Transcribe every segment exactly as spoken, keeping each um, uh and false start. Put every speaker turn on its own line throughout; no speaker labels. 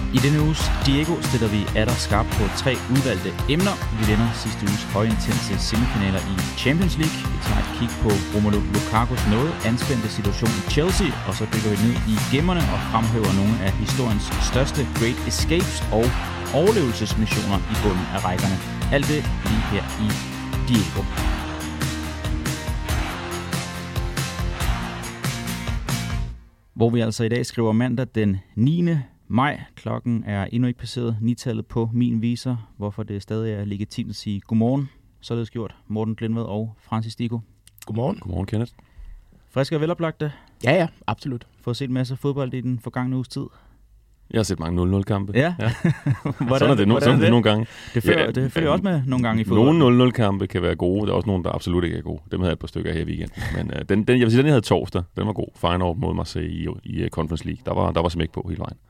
I denne uges Diego stiller vi atter skarp på tre udvalgte emner. Vi vender sidste uges højintense semifinaler i Champions League. Vi tager et kig på Romelu Lukakus noget anspændte situation i Chelsea, og så dykker vi ned i gemmerne og fremhæver nogle af historiens største Great Escapes og overlevelsesmissioner i bunden af rækkerne. Alt det lige her i Diego. Hvor vi altså i dag skriver mandag den niende maj. Klokken er endnu ikke passeret nitallet på min viser, hvorfor det stadig er legitimt at sige godmorgen. Således gjort Morten Glindved og Francis Digo.
Godmorgen.
Godmorgen, Kenneth.
Friske og veloplagte.
Ja, ja, absolut.
Fået set en masse fodbold i den forgangne uges tid.
Jeg har set mange nul-nul-kampe.
Ja. ja.
hvordan, sådan er det, no- sådan er det nogle gange.
Det følger,
ja,
det følger også med nogle gange i fodbold.
Nogle nul-nul-kampe kan være gode. Der er også nogle, der absolut ikke er gode. Dem havde jeg et par stykker her i weekenden. Men uh, den, den, jeg vil sige, den jeg havde torsdag, den var god. Feyenoord mod Marseille i, i uh, Conference League. Der var, der var smæk på hele vejen.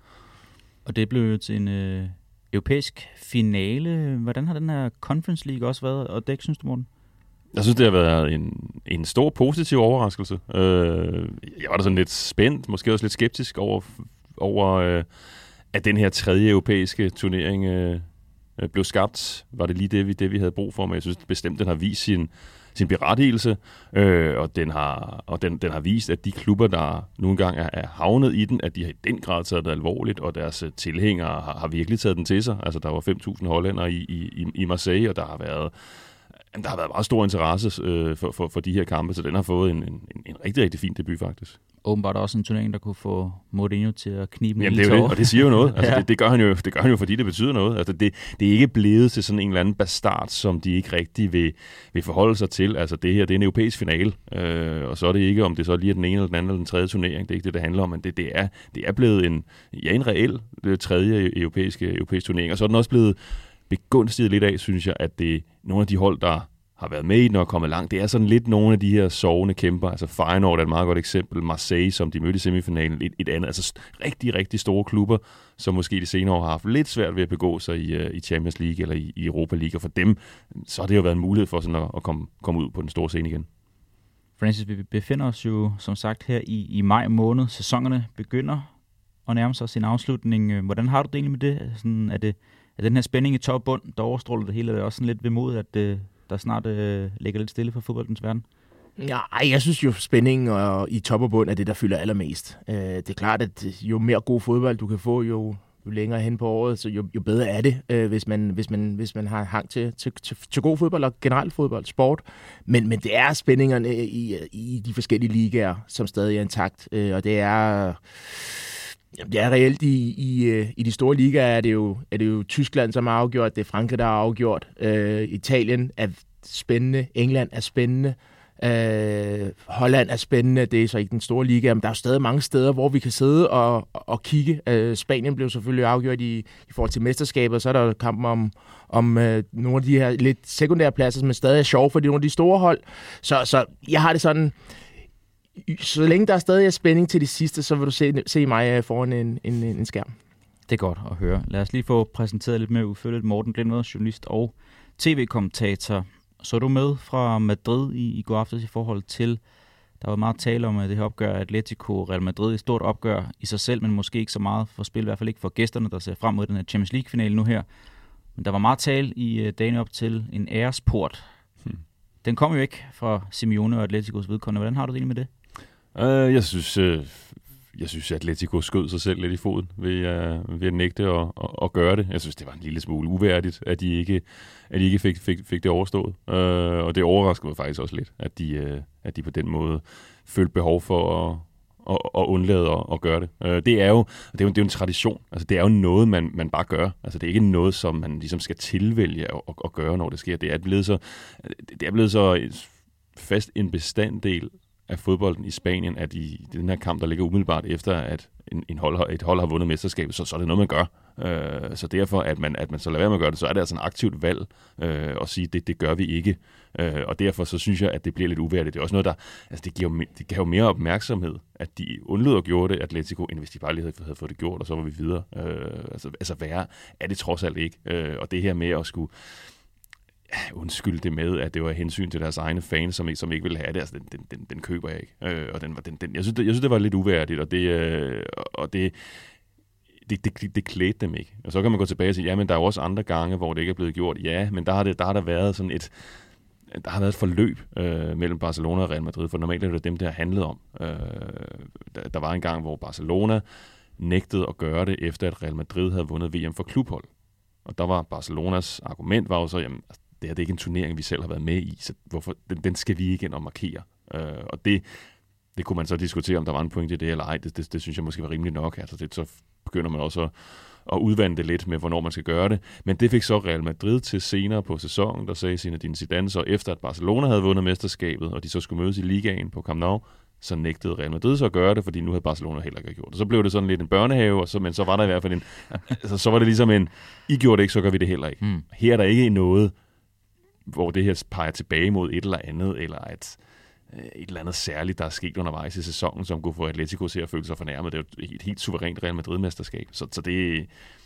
Og det blev til en øh, europæisk finale. Hvordan har den her Conference League også været? Og det synes du, Morten?
Jeg synes, det har været en, en stor positiv overraskelse. Uh, jeg var da sådan lidt spændt, måske også lidt skeptisk over, over uh, at den her tredje europæiske turnering uh, blev skabt. Var det lige det vi, det, vi havde brug for? Men jeg synes bestemt, den har vist sin, sin berettigelse, øh, og, den har, og den, den har vist, at de klubber, der nogle gange er, er havnet i den, at de har i den grad taget det alvorligt, og deres tilhængere har, har virkelig taget den til sig. Altså, der var fem tusind hollændere i, i, i Marseille, og der har været, der har været meget stor interesse øh, for, for, for de her kampe, så den har fået en, en, en rigtig, rigtig fin debut, faktisk.
Åbenbart også en turnering, der kunne få Mourinho til at knibe
Jamen, det er jo det, og det siger jo noget. Altså,
ja.
det, det, gør han jo, det gør han jo, fordi det betyder noget. Altså, det, det er ikke blevet til sådan en eller anden bastard, som de ikke rigtig vil, vil forholde sig til. Altså, det her, det er en europæisk finale, øh, og så er det ikke, om det så lige er den ene eller den anden eller den tredje turnering. Det er ikke det, det handler om, men det, det, er, det er blevet en, ja, en reel tredje europæiske, europæiske turnering. Og så er den også blevet begunstiget lidt af, synes jeg, at det er nogle af de hold, der har været med i den og kommet langt. Det er sådan lidt nogle af de her sovende kæmper. Altså Feyenoord er et meget godt eksempel. Marseille, som de mødte i semifinalen, et, et andet. Altså rigtig, rigtig store klubber, som måske de senere år har haft lidt svært ved at begå sig i, uh, i Champions League eller i, i Europa League. Og for dem, så har det jo været en mulighed for sådan at, at komme, komme ud på den store scene igen.
Francis, vi befinder os jo som sagt her i, i maj måned. Sæsonerne begynder at nærme sig sin afslutning. Hvordan har du det egentlig med det? Sådan, er det er den her spænding i top og bund, der overstråler det hele? Er det også sådan lidt vemodigt, at det der snart øh, ligger lidt stille for fodboldens verden?
Ja, jeg synes jo, spændingen og, i top og bund er det, der fylder allermest. Øh, det er klart, at jo mere god fodbold du kan få, jo, jo længere hen på året, så jo, jo bedre er det, øh, hvis, man, hvis, man, hvis man har hang til, til, til, til god fodbold og generelt fodbold, sport. Men, men det er spændingerne i, i de forskellige ligaer, som stadig er intakt, øh, og det er... Det er reelt i, i, i de store ligaer, er det, jo, er det jo Tyskland, som har afgjort, det er Frankrig, der har afgjort. Øh, Italien er spændende, England er spændende, øh, Holland er spændende, det er så ikke den store liga, men der er stadig mange steder, hvor vi kan sidde og, og kigge. Øh, Spanien blev selvfølgelig afgjort i, i forhold til mesterskabet, så er der kampen om, om øh, nogle af de her lidt sekundære pladser, som er stadig er sjove for de, nogle af de store hold. Så, så jeg har det sådan... Så længe der er stadig er spænding til det sidste, så vil du se, se mig foran en, en, en skærm.
Det er godt at høre. Lad os lige få præsenteret lidt mere udførligt Morten Glindved, journalist og tv-kommentator. Så er du med fra Madrid i, i går aftes i forhold til, der var meget tale om, at det her opgør Atletico Real Madrid, et stort opgør i sig selv, men måske ikke så meget for spil, i hvert fald ikke for gæsterne, der ser frem mod den her Champions League-finale nu her. Men der var meget tale i dagen op til en æresport. Hmm. Den kom jo ikke fra Simeone og Atleticos vedkommende. Hvordan har du det egentlig med det?
Uh, jeg synes, uh, jeg synes, at Atletico skød sig selv lidt i foden ved, uh, ved at nægte at, at, at gøre det. Jeg synes, det var en lille smule uværdigt, at de ikke, at de ikke fik, fik, fik det overstået. Uh, og det overraskede mig faktisk også lidt, at de, uh, at de på den måde følte behov for at, at, at undlade at, at gøre det. Uh, det er jo det er jo, det er jo en tradition. Altså, det er jo noget, man, man bare gør. Altså, det er ikke noget, som man ligesom skal tilvælge at, at, at gøre, når det sker. Det er blevet så, det er blevet så fast en bestanddel af fodbolden i Spanien, at i den her kamp, der ligger umiddelbart efter, at en, en hold, et hold har vundet mesterskabet, så, så er det noget, man gør. Øh, så derfor, at man, at man så lader være med at gøre det, så er det altså en aktivt valg øh, at sige, det, det gør vi ikke. Øh, og derfor så synes jeg, at det bliver lidt uværdigt. Det er også noget, der, altså det giver, det giver jo mere opmærksomhed, at de undlod at gjorde det, Atletico, end hvis de bare lige havde, havde fået det gjort, og så var vi videre. Øh, altså, altså værre er det trods alt ikke. Øh, og det her med at skulle undskyld det med, at det var hensyn til deres egne fans, som ikke, som ikke ville have det. Altså, den, den, den, den køber jeg ikke. Øh, og den var, den, den, jeg, synes, det, jeg synes, det var lidt uværdigt, og det, øh, og det, det, det, det, det klædte dem ikke. Og så kan man gå tilbage og sige, ja, men der er jo også andre gange, hvor det ikke er blevet gjort. Ja, men der har, det, der, har der været sådan et der har været et forløb øh, mellem Barcelona og Real Madrid, for normalt er det dem, det har handlet om. Øh, der, der var en gang, hvor Barcelona nægtede at gøre det, efter at Real Madrid havde vundet V M for klubhold. Og der var Barcelonas argument var jo så, jamen, altså, det her det er ikke en turnering, vi selv har været med i, så hvorfor, den, den skal vi ikke ind og markere. Øh, og det, det kunne man så diskutere, om der var en pointe i det eller ej. Det, det, det synes jeg måske var rimeligt nok. Altså, det, så begynder man også at, at udvande det lidt med, hvornår man skal gøre det. Men det fik så Real Madrid til senere på sæsonen, der sagde Zinedine Zidane, så efter at Barcelona havde vundet mesterskabet, og de så skulle mødes i ligaen på Camp Nou, så nægtede Real Madrid så at gøre det, fordi nu havde Barcelona heller ikke gjort det. Så blev det sådan lidt en børnehave, og så, men så var der i hvert fald en... altså, så var det ligesom en, I gjorde det ikke, så gør vi det heller ikke. Mm. Her er der ikke noget, hvor det her peger tilbage mod et eller andet, eller at et eller andet særligt, der er sket undervejs i sæsonen, som kunne få Atletico til at føle sig fornærmet. Det er jo et helt suverænt Real Madrid-mesterskab. Så, så det...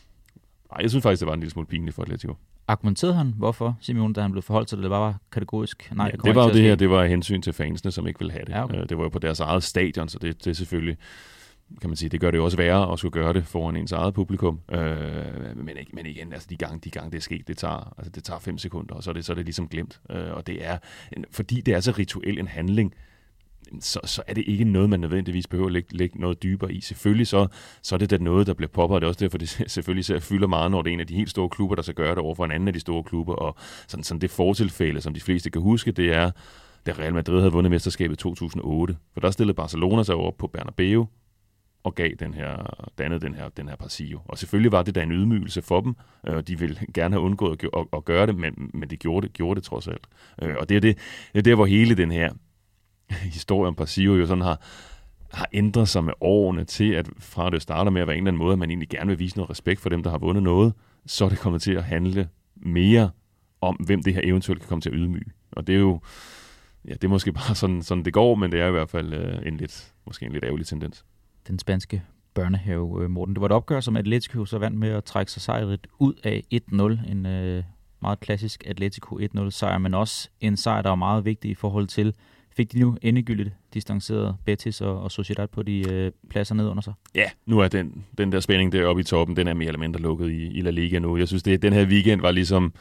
Ej, jeg synes faktisk, det var en lille smule pinligt for Atletico.
Argumenterede han, hvorfor Simeone, da han blev forholdt til det, det var kategorisk? Nej,
ja, det var jo det her, det var hensyn til fansene, som ikke ville have det.
Ja, okay.
Det var jo på deres eget stadion, så det, det er selvfølgelig, kan man sige, det gør det jo også værre at skulle gøre det foran ens eget publikum. Øh, men, men igen, altså de gange, de gange det er sket, det tager, altså det tager fem sekunder, og så er det, så er det ligesom glemt. Øh, og det er, fordi det er så rituel en handling, Så, så er det ikke noget, man nødvendigvis behøver at lægge, lægge noget dybere i. Selvfølgelig så, så er det da noget, der bliver popper, og det er også derfor, det selvfølgelig ser fylder meget, når det er en af de helt store klubber, der skal gøre det over for en anden af de store klubber. Og sådan, sådan det fortilfælde, som de fleste kan huske, det er, da Real Madrid havde vundet mesterskabet i to tusind og otte. For der stillede Barcelona sig over på Bernabeu og gav den her, dannede den her, den her Pasillo. Og selvfølgelig var det da en ydmygelse for dem, og de ville gerne have undgået at, at gøre det, men, men de gjorde det, gjorde det trods alt. Og det er, det, det er der, hvor hele den her historie om Pasillo jo sådan har, har ændret sig med årene til, at fra det starter med at være en eller anden måde, at man egentlig gerne vil vise noget respekt for dem, der har vundet noget, så er det kommet til at handle mere om, hvem det her eventuelt kan komme til at ydmyge. Og det er jo, ja, det er måske bare sådan, sådan det går, men det er i hvert fald øh, en lidt, måske en lidt ærgerlig tendens.
Den spanske børnehave, Morten. Det var et opgør, som Atletico så vandt med at trække sig sejret ud af et nul. En øh, meget klassisk Atletico et nul sejr, men også en sejr, der var meget vigtig i forhold til, fik de nu endegyldigt distanceret Betis og, og Sociedad på de øh, pladser ned under sig?
Ja, nu er den, den der spænding deroppe i toppen, den er mere eller mindre lukket i, i La Liga nu. Jeg synes, det, den her weekend var ligesom,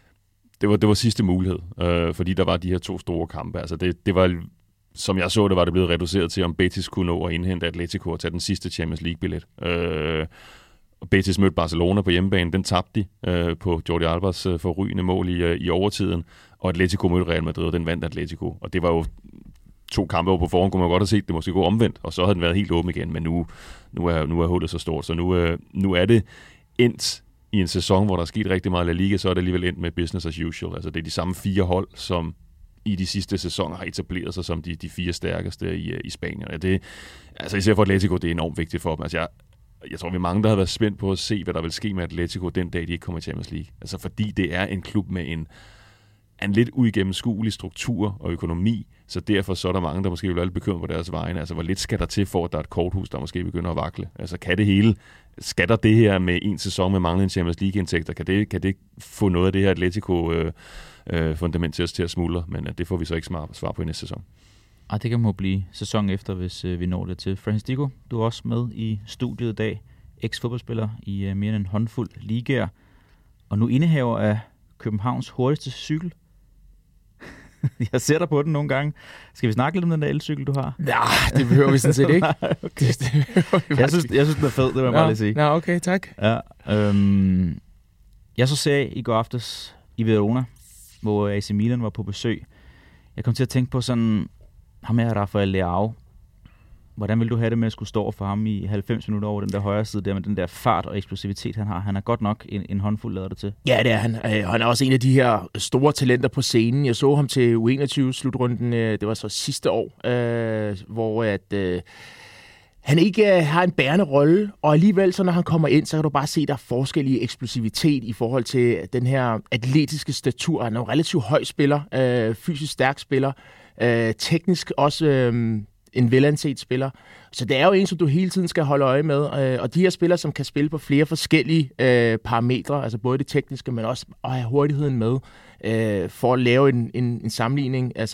det var, det var sidste mulighed, øh, fordi der var de her to store kampe. Altså det, det var, som jeg så det, var det blevet reduceret til, om Betis kunne nå at indhente Atletico og tage den sidste Champions League-billet. Øh, Betis mødte Barcelona på hjemmebane, den tabte de øh, på Jordi Albas øh, forrygende mål i, øh, i overtiden, og Atletico mødte Real Madrid, og den vandt Atletico. Og det var jo to kampe over på forhånd, kunne man godt have set, det måske gå omvendt, og så havde den været helt åben igen, men nu, nu, er, nu er hullet så stort, så nu, øh, nu er det endt i en sæson, hvor der er sket rigtig meget i La Liga, så er det alligevel endt med business as usual. Altså det er de samme fire hold, som i de sidste sæsoner har etableret sig som de, de fire stærkeste i, i Spanien. Og det, altså især for Atletico, det er enormt vigtigt for dem. Altså jeg, jeg tror, vi er mange, der har været spændt på at se, hvad der vil ske med Atletico den dag, de ikke kommer i Champions League. Altså fordi det er en klub med en, en lidt uigennemskuelig struktur og økonomi, så derfor så er der mange, der måske vil være lidt bekymret på deres vegne. Altså hvor lidt skal der til for, at der er et korthus, der måske begynder at vakle? Altså kan det hele, skal der det her med en sæson med manglende Champions League-indtægter, kan det, kan det få noget af det her Atletico øh, øh, fundament til, til at smuldre? Men øh, det får vi så ikke svar på i næste sæson.
Ej, det kan må blive sæson efter, hvis øh, vi når det til. Francis Dico, du er også med i studiet i dag. Eks-fodboldspiller i øh, mere end en håndfuld ligaer. Og nu indehaver af Københavns hurtigste cykel. Jeg ser dig på den nogle gange. Skal vi snakke lidt om den der elcykel, du har?
Nej, det behøver vi sådan set ikke.
Nej, okay. det, det jeg, synes, jeg synes, den er fed, det vil jeg bare lige sige.
Nå, okay, tak.
Ja, øhm, jeg så ser i går aftes i Verona, hvor A C Milan var på besøg. Jeg kom til at tænke på sådan, ham her Rafael Leao. Hvordan vil du have det med at skulle stå for ham i halvfems minutter over den der højre side, der med den der fart og eksplosivitet, han har? Han er godt nok en, en håndfuld, lader det til.
Ja, det er han. Han er også en af de her store talenter på scenen. Jeg så ham til U enogtyve-slutrunden, det var så sidste år, hvor at, øh, han ikke har en bærende rolle, og alligevel, så når han kommer ind, så kan du bare se, at der er forskellige eksplosivitet i forhold til den her atletiske statur. Han er en relativt høj spiller, øh, fysisk stærk spiller, øh, teknisk også øh, en velanset spiller. Så det er jo en, som du hele tiden skal holde øje med. Og de her spillere, som kan spille på flere forskellige øh, parametre, altså både det tekniske, men også at have hurtigheden med, øh, for at lave en, en, en sammenligning. Altså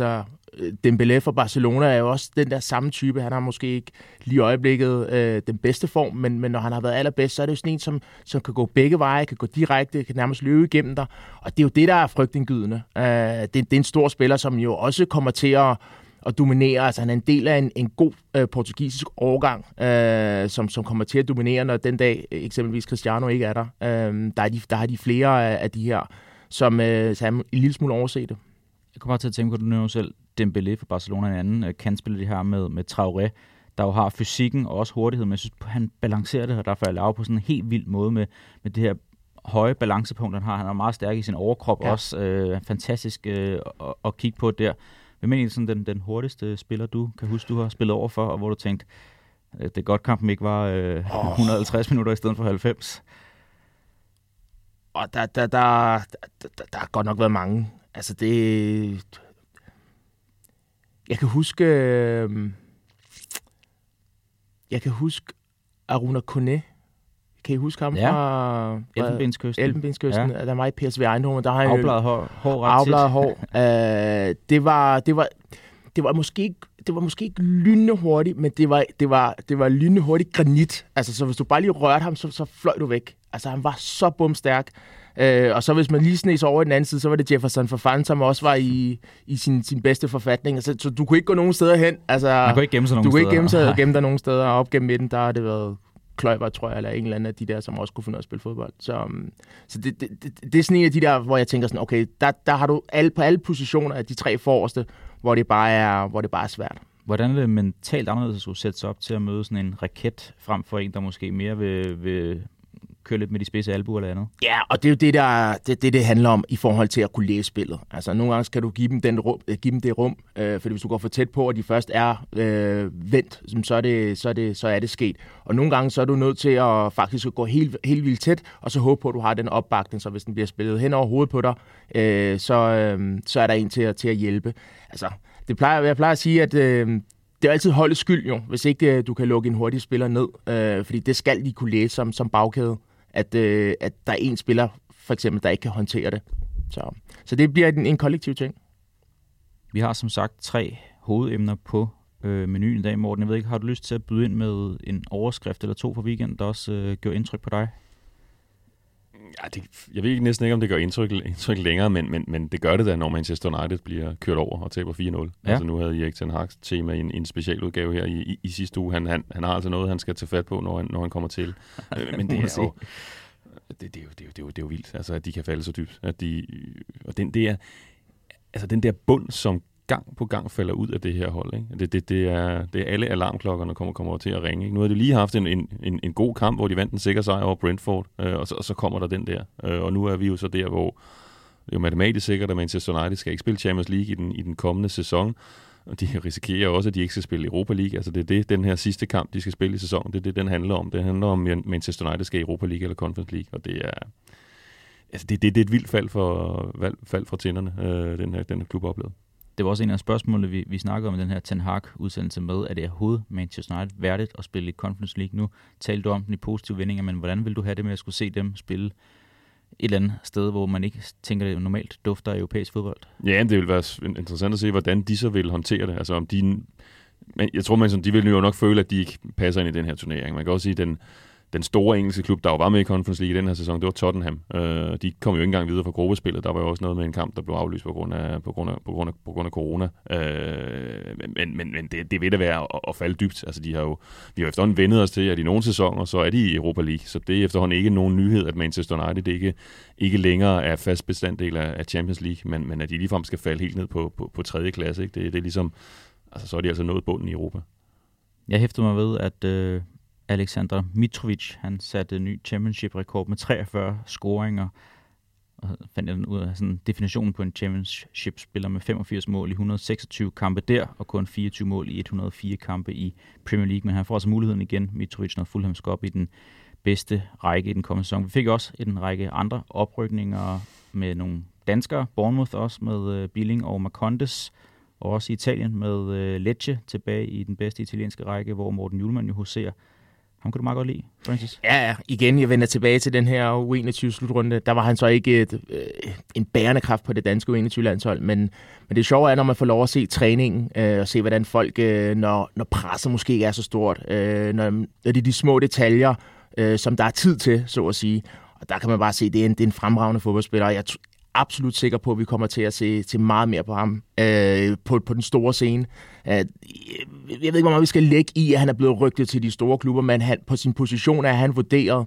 Dembélé fra Barcelona er jo også den der samme type. Han har måske ikke lige i øjeblikket øh, den bedste form, men, men når han har været allerbedst, så er det jo sådan en, som, som kan gå begge veje, kan gå direkte, kan nærmest løbe igennem dig. Og det er jo det, der er frygtindgydende. Øh, det, det er en stor spiller, som jo også kommer til at, at dominere. Altså han er en del af en, en god øh, portugisisk årgang, øh, som, som kommer til at dominere, når den dag eksempelvis Cristiano ikke er der. Øh, der, er de, der har de flere af, af de her, som øh, så er en lille smule overset.
Jeg kommer bare til at tænke på, at du nævner selv Dembélé for Barcelona, en anden uh, kantspiller, de her med, med Traoré, der jo har fysikken og også hurtighed, men jeg synes, han balancerer det, og derfor er lavet på sådan en helt vild måde med, med det her høje balancepunkt, han har. Han er meget stærk i sin overkrop, ja. Også øh, fantastisk øh, at, at kigge på der. Hvem er egentlig sådan den, den hurtigste spiller, du kan huske, du har spillet over for, og hvor du tænkte, det er godt, kampen ikke var øh, oh. et hundrede og halvtreds minutter i stedet for halvfems?
Og der, der, der, der, der, der har godt nok været mange. Altså det... Jeg kan huske... Øh... Jeg kan huske Aruna Koné. Kan I huske ham
ja.
fra...
Elfenbenskysten.
Elfenbenskysten. Ja. Der var i P S V Eindhoven. Der har
afbladet hår, hår ret
afbladet hår. uh, det var... Det var det var måske ikke, det var måske ikke lynende hurtigt, men det var, det var, det var lynende hurtigt granit. Altså, så hvis du bare lige rørte ham, så, så fløj du væk. Altså, han var så bumstærk. Øh, og så hvis man lige snes over i den anden side, så var det Jefferson Farfan, som også var i, i sin, sin bedste forfatning. Altså, så du kunne ikke gå nogen steder hen. Altså,
man kunne ikke gemme sig nogen
du
steder.
Du kunne ikke gemme, sig, gemme dig nogen steder. Og op gennem midten, der har det været Kløjber, tror jeg, eller en eller anden af de der, som også kunne finde ud af at spille fodbold. Så, så det, det, det, det er sådan en af de der, hvor jeg tænker sådan, okay, der, der har du alle, på alle positioner af de tre forreste, hvor det bare er, hvor det bare er svært.
Hvordan er det mentalt anderledes at skulle sætte sig op til at møde sådan en raket, frem for en, der måske mere vil, vil køre lidt med de spidse albuer eller andet?
Ja, og det er jo det, der, det, det, det handler om i forhold til at kunne læse spillet. Altså, nogle gange skal du give dem, den rum, give dem det rum, øh, fordi hvis du går for tæt på, og de først er øh, vendt, så er, det, så, er det, så er det sket. Og nogle gange så er du nødt til at faktisk gå helt, helt vildt tæt, og så håbe på, at du har den opbakning, så hvis den bliver spillet hen over hovedet på dig, øh, så, øh, så er der en til at, til at hjælpe. Altså, det plejer, jeg plejer at sige, at øh, det er altid holdets skyld jo, hvis ikke øh, du kan lukke en hurtig spiller ned, øh, fordi det skal de kunne læse som, som bagkæde. At, øh, at der er en spiller, for eksempel, der ikke kan håndtere det. Så, så det bliver en, en kollektiv ting.
Vi har som sagt tre hovedemner på øh, menuen i dag, Morten. Jeg ved ikke, har du lyst til at byde ind med en overskrift eller to fra weekenden, der også øh, gør indtryk på dig?
Ja, det, jeg ved ikke næsten ikke, om det gør indtryk, indtryk længere, men, men, men det gør det da, når Manchester United bliver kørt over og taber fire nul. Ja. Altså nu havde Erik ten Hag's tema i en, en specialudgave her i, i, i sidste uge. Han, han, han har altså noget, han skal tage fat på, når han, når han kommer til. Men det er jo... Det, det, er jo, det, er jo, det, er jo, det er jo vildt, altså, at de kan falde så dybt. At de, og den der, altså, den der bund, som gang på gang falder ud af det her hold. Ikke? Det, det, det, er, det er alle alarmklokkerne, kommer, kommer til at ringe. Ikke? Nu har de lige haft en, en, en, en god kamp, hvor de vandt en sikker sejr over Brentford, øh, og, så, og så kommer der den der. Øh, og nu er vi jo så der, hvor det er jo matematisk sikkert, at Manchester United skal ikke spille Champions League i den, i den kommende sæson. Og de risikerer også, at de ikke skal spille Europa League. Altså det er det, den her sidste kamp, de skal spille i sæsonen, det er det, den handler om. Det handler om, at Manchester United skal i Europa League eller Conference League, og det er, altså det, det, det er et vildt fald, for, fald fra tænderne, øh, den, her, den her klub oplevet.
Det var også en af spørgsmålene, vi, vi snakkede om i den her Ten Hag-udsendelse med, at det er overhovedet Manchester United værdigt at spille i Conference League. Nu talte du om den i positive vendinger, men hvordan vil du have det med at skulle se dem spille et eller andet sted, hvor man ikke tænker, det normalt dufter af europæisk fodbold?
Ja, det vil være interessant at se, hvordan de så vil håndtere det. Altså om de, men jeg tror, man, de vil jo nok føle, at de ikke passer ind i den her turnering. Man kan også sige, at den, den store engelske klub, der jo var med i Conference League i den her sæson, det var Tottenham. Uh, de kom jo ikke engang videre fra gruppespillet. Der var jo også noget med en kamp, der blev aflyst på grund af, på grund af, på grund af, på grund af corona. Uh, men men, men det, det vil det være at, at falde dybt. Altså, de har jo, vi har efterhånden vendet os til, at i nogle sæsoner, så er de i Europa League. Så det er efterhånden ikke nogen nyhed, at Manchester United ikke, ikke længere er fast bestanddel af, af Champions League, men, men at de ligefrem skal falde helt ned på, på, på tredje klasse. Ikke? Det, det er ligesom, altså, så er de altså nået bunden i Europa. Jeg
hæfter mig ved, at øh Aleksandar Mitrovic, han satte en ny championship-rekord med treogfyrre scoringer. Og fandt jeg den ud af sådan definitionen på en championship-spiller med femogfirs mål i et hundrede og seksogtyve kampe der, og kun fireogtyve mål i et hundrede og fire kampe i Premier League. Men han får også muligheden igen, Mitrovic, når Fulham skal op i den bedste række i den kommende sæson. Vi fik også en række andre oprykninger med nogle danskere, Bournemouth også med Billing og Marcondes, og også i Italien med Lecce tilbage i den bedste italienske række, hvor Morten Hjulmand jo huserer. Ham kunne du meget godt lide, Francis.
Ja, ja. Igen, jeg vender tilbage til den her U enogtyve-slutrunde. Der var han så ikke et, øh, en bærende kraft på det danske U enogtyve-landshold, men, men det sjove er, når man får lov at se træningen, øh, og se, hvordan folk, øh, når, når presset måske ikke er så stort, øh, når, når det er de små detaljer, øh, som der er tid til, så at sige. Og der kan man bare se, at det er en, det er en fremragende fodboldspiller, og jeg er absolut sikker på, at vi kommer til at se til meget mere på ham øh, på, på den store scene. Øh, jeg ved ikke, hvor meget vi skal lægge i, at han er blevet rygtet til de store klubber, men han, på sin position er han vurderet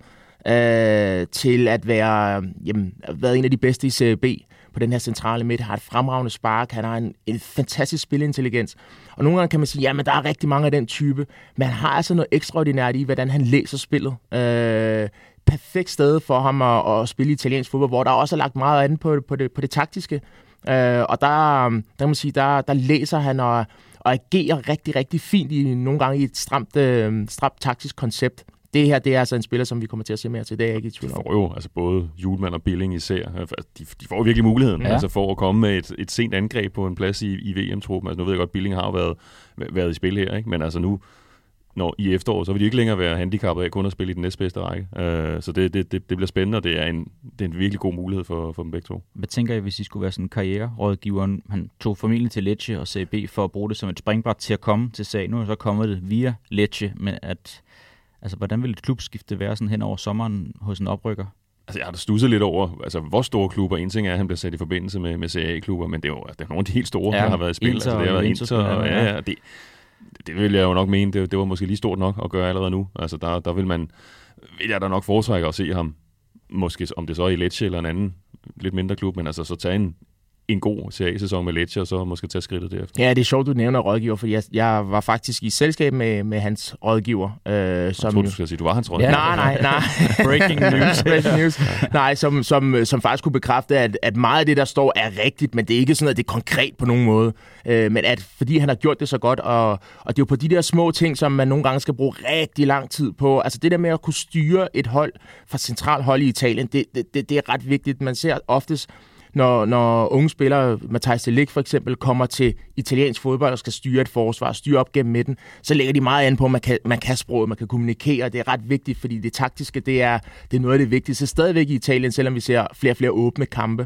øh, til at være jamen, været en af de bedste i Serie B på den her centrale midt. Har et fremragende spark, han har en, en fantastisk spilintelligens. Og nogle gange kan man sige, ja, men der er rigtig mange af den type, men han har altså noget ekstraordinært i, hvordan han læser spillet. Øh, perfekt sted for ham at, at spille italiensk fodbold, hvor der også er lagt meget andet på, på, det, på det taktiske. Øh, og der, der, kan man sige, der, der læser han og, og agerer rigtig, rigtig fint i nogle gange i et stramt, øh, stramt taktisk koncept. Det her, det er altså en spiller, som vi kommer til at se mere til. Det er jeg ikke i tvivl om.
De får jo, altså både Hjulmand og Billing især, de, de får jo virkelig muligheden ja. altså for at komme med et, et sent angreb på en plads i, i V M-truppen. Altså nu ved jeg godt, Billing har jo været, været i spil her, ikke? Men altså nu, når i efteråret, så vil de ikke længere være handicappet af kun at spille i den næstbedste række. Uh, så det, det, det, det bliver spændende, og det er, en, det er en virkelig god mulighed for, for dem begge to.
Hvad tænker I, hvis I skulle være sådan en karriererådgiveren? Han tog familien til Lecce og Serie B for at bruge det som et springbræt til at komme til sag. Nu er så kommet det via Lecce, men at altså, hvordan vil et klubskifte være sådan hen over sommeren hos en oprykker?
Altså, jeg har da studset lidt over, altså, hvor store klubber. En ting er, at han bliver sat i forbindelse med, med Serie A-klubber, men det er jo det er nogle af de helt store, ja, der har været i spil.
Inter,
altså, det har været
Inter,
Inter, og, ja, ja, det, det vil jeg jo nok mene, det, det var måske lige stort nok at gøre allerede nu. Altså, der, der vil man, vil jeg da nok foretrække at se ham, måske om det så er i Lecce eller en anden lidt mindre klub, men altså så tage en en god Serie A-sæson med Lecce, og så måske tage skridtet derefter.
Ja, det er sjovt, du nævner rådgiver, for jeg, jeg var faktisk i selskab med, med hans rådgiver. Øh, som
jeg tror, du skal sige, du var hans rådgiver.
Ja, nej, nej, nej.
Breaking news.
Breaking news. Nej, som, som, som faktisk kunne bekræfte, at, at meget af det, der står, er rigtigt, men det er ikke sådan, at det er konkret på nogen måde. Øh, men at fordi han har gjort det så godt, og, og det er jo på de der små ting, som man nogle gange skal bruge rigtig lang tid på. Altså det der med at kunne styre et hold fra centralt hold i Italien, det, det, det, det er ret vigtigt. Man ser oftest, Når, når unge spillere, Matthijs de Ligt for eksempel, kommer til italiensk fodbold og skal styre et forsvar, styre op gennem midten, så lægger de meget an på, at man kan, man kan sproget, man kan kommunikere. Det er ret vigtigt, fordi det taktiske, det er, det er noget af det vigtigste. Stadigvæk i Italien, selvom vi ser flere og flere åbne kampe.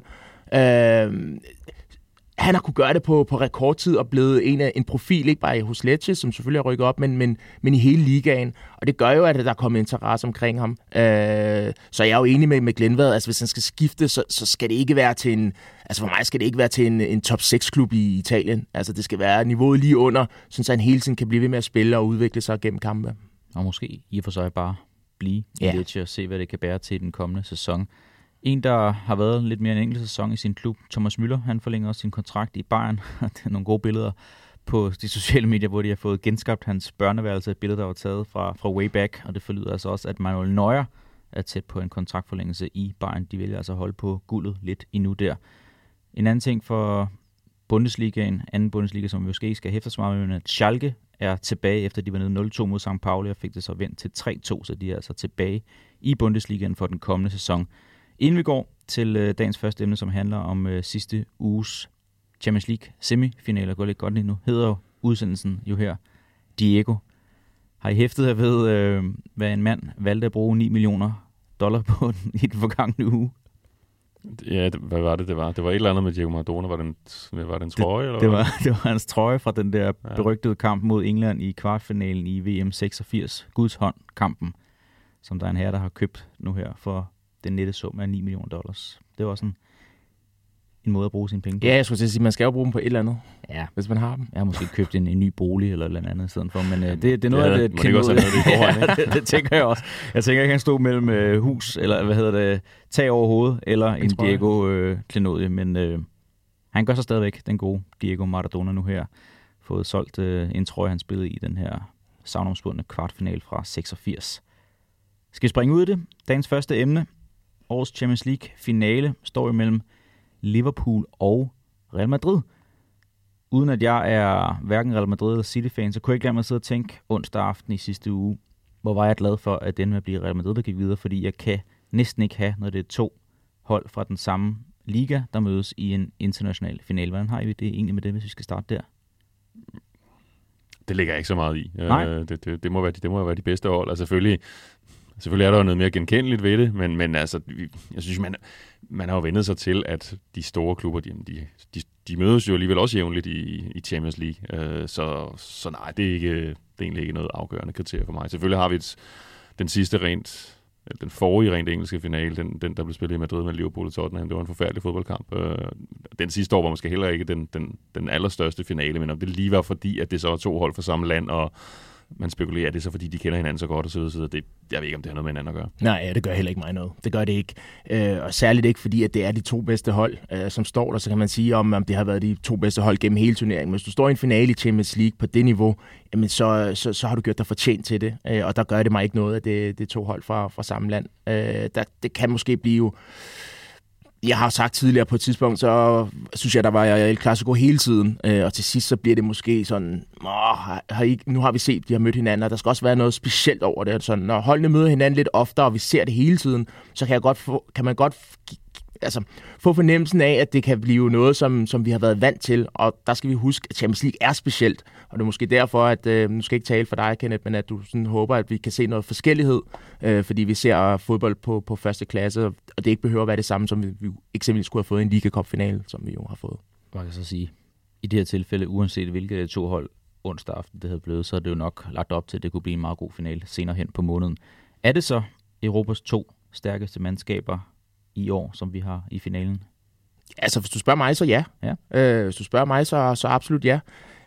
Øh, han har kunne gøre det på, på rekordtid og blevet en, af, en profil, ikke bare hos Lecce, som selvfølgelig har rykket op, men, men, men i hele ligaen. Og det gør jo, at der er kommet interesse omkring ham. Øh, så jeg er jo enig med, med Glenvad, altså hvis han skal skifte, så, så skal det ikke være til en, altså for mig skal det ikke være til en, en top seks klub i Italien. Altså det skal være niveauet lige under, så han hele tiden kan blive ved med at spille og udvikle sig gennem kampe.
Og måske i og for sig bare blive
ja.
i Lecce og se, hvad det kan bære til den kommende sæson. En, der har været lidt mere en enkelt sæson i sin klub, Thomas Müller, han forlænger også sin kontrakt i Bayern. Det er nogle gode billeder på de sociale medier, hvor de har fået genskabt hans børneværelse, et billede, der var taget fra, fra way back, og det forlyder altså også, at Manuel Neuer er tæt på en kontraktforlængelse i Bayern. De vælger altså holde på guldet lidt endnu der. En anden ting for Bundesligaen, anden Bundesliga, som vi måske ikke skal hæfte så meget med, at Schalke er tilbage, efter de var nede nul to mod Sankt Pauli, og fik det så vendt til tre to, så de er altså tilbage i Bundesligaen for den kommende sæson. Inden vi går til øh, dagens første emne, som handler om øh, sidste uges Champions League semifinaler, går lidt godt lige nu, hedder jo udsendelsen jo her Diego. Har I hæftet jer ved, øh, hvad en mand valgte at bruge ni millioner dollar på den, i den forgangne uge?
Ja, det, hvad var det, det var? Det var et eller andet med Diego Maradona. Var det en, var det en trøje?
Det,
eller
det,
var,
var, det var hans trøje fra den der berygtede kamp mod England i kvartfinalen i V M seksogfirs. Guds hånd-kampen, som der er en herre, der har købt nu her for den nette sum af ni millioner dollars. Det var sådan en måde at bruge sine penge på.
Ja, jeg skulle til at sige, man skal jo bruge dem på et eller andet,
ja.
hvis man har dem.
Jeg har måske købt en, en ny bolig eller noget andet i stedet for, men uh, det, det er noget
ja,
af det.
Må det ikke også have noget i forvejen,
det, det tænker jeg også. Jeg tænker ikke, han stod mellem uh, hus, eller hvad hedder det, tag over hovedet, eller en, en Diego uh, klenodie, men uh, han gør sig stadigvæk, den gode Diego Maradona nu her. Fået solgt uh, en trøje, han spillede i den her savnomspundne kvartfinal fra seksogfirs. Skal vi springe ud af det? Dagens første emne. Årets Champions League finale står imellem Liverpool og Real Madrid. Uden at jeg er hverken Real Madrid eller City-fan, så kunne jeg ikke lade mig sidde og tænke onsdag aften i sidste uge, hvor var jeg glad for, at den med at blive Real Madrid, der gik videre, fordi jeg kan næsten ikke have, når det er to hold fra den samme liga, der mødes i en international finale. Hvordan har I det egentlig med det, hvis vi skal starte der?
Det ligger jeg ikke så meget i.
Nej.
Øh, det, det, det, må være, det må være de bedste hold. Altså selvfølgelig, selvfølgelig er der jo noget mere genkendeligt ved det, men, men altså, jeg synes, man, man har jo vendet sig til, at de store klubber, de, de, de, de mødes jo alligevel også jævnligt i, i Champions League. Øh, så, så nej, det er, ikke, det er egentlig ikke noget afgørende kriterie for mig. Selvfølgelig har vi et, den sidste rent... Den forrige rent engelske finale, den, den der blev spillet i Madrid med Liverpool og Tottenham, det var en forfærdelig fodboldkamp. Øh, den sidste år var måske heller ikke den, den, den allerstørste finale, men om det lige var fordi, at det så er to hold fra samme land, og man spekulerer, at det er så fordi, de kender hinanden så godt og så videre. Det, jeg ved ikke, om det har noget med hinanden at gøre.
Nej, ja, det gør heller ikke mig noget. Det gør det ikke. Øh, og særligt ikke, fordi at det er de to bedste hold, øh, som står der. Så kan man sige, om, om det har været de to bedste hold gennem hele turneringen. Hvis du står i en finale i Champions League på det niveau, jamen så, så, så har du gjort dig fortjent til det. Øh, og der gør det mig ikke noget, at det, det er to hold fra, fra samme land. Øh, der, det kan måske blive... Jeg har sagt tidligere på et tidspunkt, så synes jeg, der var jeg El Clasico hele tiden. Øh, og til sidst, så bliver det måske sådan, åh, har I, nu har vi set, de har mødt hinanden, og der skal også være noget specielt over det. Sådan, når holdene møder hinanden lidt oftere, og vi ser det hele tiden, så kan, jeg godt få, kan man godt altså, få fornemmelsen af, at det kan blive noget, som, som vi har været vant til. Og der skal vi huske, at Champions League er specielt. Og det er måske derfor, at øh, nu skal jeg ikke tale for dig, Kenneth, men at du sådan håber, at vi kan se noget forskellighed, øh, fordi vi ser fodbold på, på første klasse, og det ikke behøver at være det samme, som vi, vi eksempelvis skulle have fået i en Liga Cup-finale, som vi jo har fået.
Man kan så sige, i det her tilfælde, uanset hvilke to hold onsdag aften det havde blevet, så er det jo nok lagt op til, at det kunne blive en meget god finale senere hen på måneden. Er det så Europas to stærkeste mandskaber i år, som vi har i finalen?
Altså, hvis du spørger mig, så ja.
ja.
Øh, hvis du spørger mig, så, så absolut ja.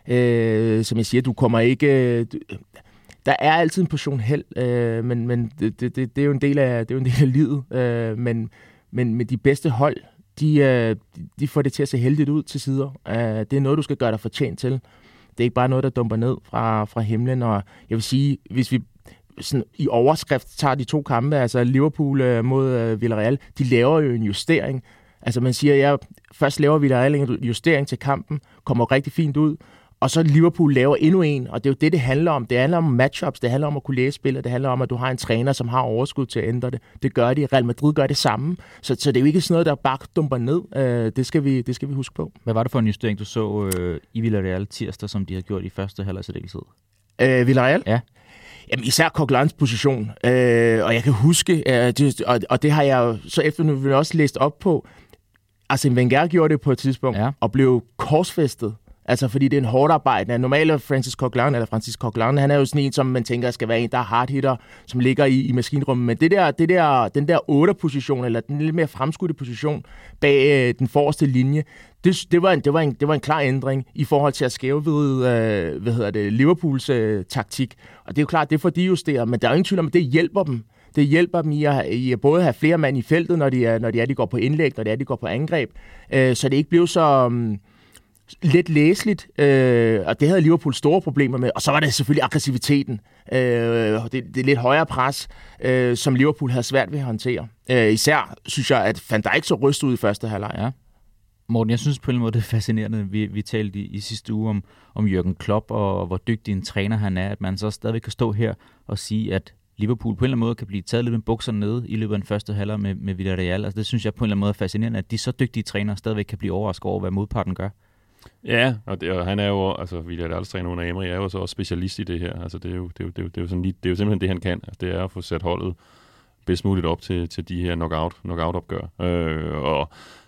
Øh, som jeg siger, du kommer ikke... Du, der er altid en portion held, øh, men, men det, det, det, er jo en del af, det er jo en del af livet. Øh, men, men med de bedste hold, de, øh, de får det til at se heldigt ud til sider. Øh, det er noget, du skal gøre dig fortjent til. Det er ikke bare noget, der dumper ned fra, fra himlen. Og jeg vil sige, hvis vi sådan, i overskrift tager de to kampe, altså Liverpool øh, mod øh, Villarreal, de laver jo en justering. Altså man siger, ja, først laver Villarreal en justering til kampen, kommer rigtig fint ud, og så Liverpool laver endnu en, og det er jo det, det handler om. Det handler om matchups, det handler om at kunne læse spillet, det handler om, at du har en træner, som har overskud til at ændre det. Det gør de. Real Madrid gør det samme. Så, så det er jo ikke sådan noget, der bare dumper ned. Øh, det, skal vi, det skal vi huske på.
Hvad var det for en justering, du så øh, i Villarreal tirsdag, som de har gjort i første halvleg særdeleshed?
Øh, Villarreal?
Ja.
Jamen, især Coquelins position. Øh, og jeg kan huske, øh, det, og, og det har jeg jo så efterfølgende også læst op på. Arsene Wenger gjorde det på et tidspunkt, ja. Og blev korsfæstet. Altså, fordi det er en hårdt arbejdende. Normalt Francis Coquelin, eller Francis Coquelin, han er jo sådan en, som man tænker skal være en, der er hardhitter, som ligger i, i maskinrummet. Men det der, det der, den der otter-position, eller den lidt mere fremskudte position bag øh, den forreste linje, det, det, var en, det, var en, det var en klar ændring i forhold til at skævvride øh, hvad hedder det, Liverpools øh, taktik. Og det er jo klart, det får de justeret, men der er jo ingen tvivl om, at det hjælper dem. Det hjælper dem i at, i at både have flere mand i feltet, når de, er, når de, er, de går på indlæg, når de, er, de går på angreb, øh, så det ikke bliver så... Um, lidt læseligt, øh, og det havde Liverpool store problemer med. Og så var det selvfølgelig aggressiviteten. Øh, det, det er lidt højere pres, øh, som Liverpool havde svært ved at håndtere. Øh, især synes jeg, at Van Dijk så rystet ud i første halvleg.
Ja. Morten, jeg synes på en måde, det er fascinerende. Vi, vi talte i, i sidste uge om, om Jürgen Klopp, og hvor dygtig en træner han er, at man så stadig kan stå her og sige, at Liverpool på en eller anden måde kan blive taget lidt med bukserne nede i løbet af den første halvleg med, med Villarreal. Altså, det synes jeg på en eller anden måde er fascinerende, at de så dygtige trænere stadigvæk kan blive overrasket over, hvad modparten gør.
Ja, og, det, og han er jo, altså Villarreals træner under Emery er jo så også specialist i det her. Altså det er jo, det er jo, det er jo, det er jo, sådan, det er jo simpelthen det, han kan. Altså, det er at få sat holdet bedst muligt op til, til de her knockout, knockout-opgør. Øh, og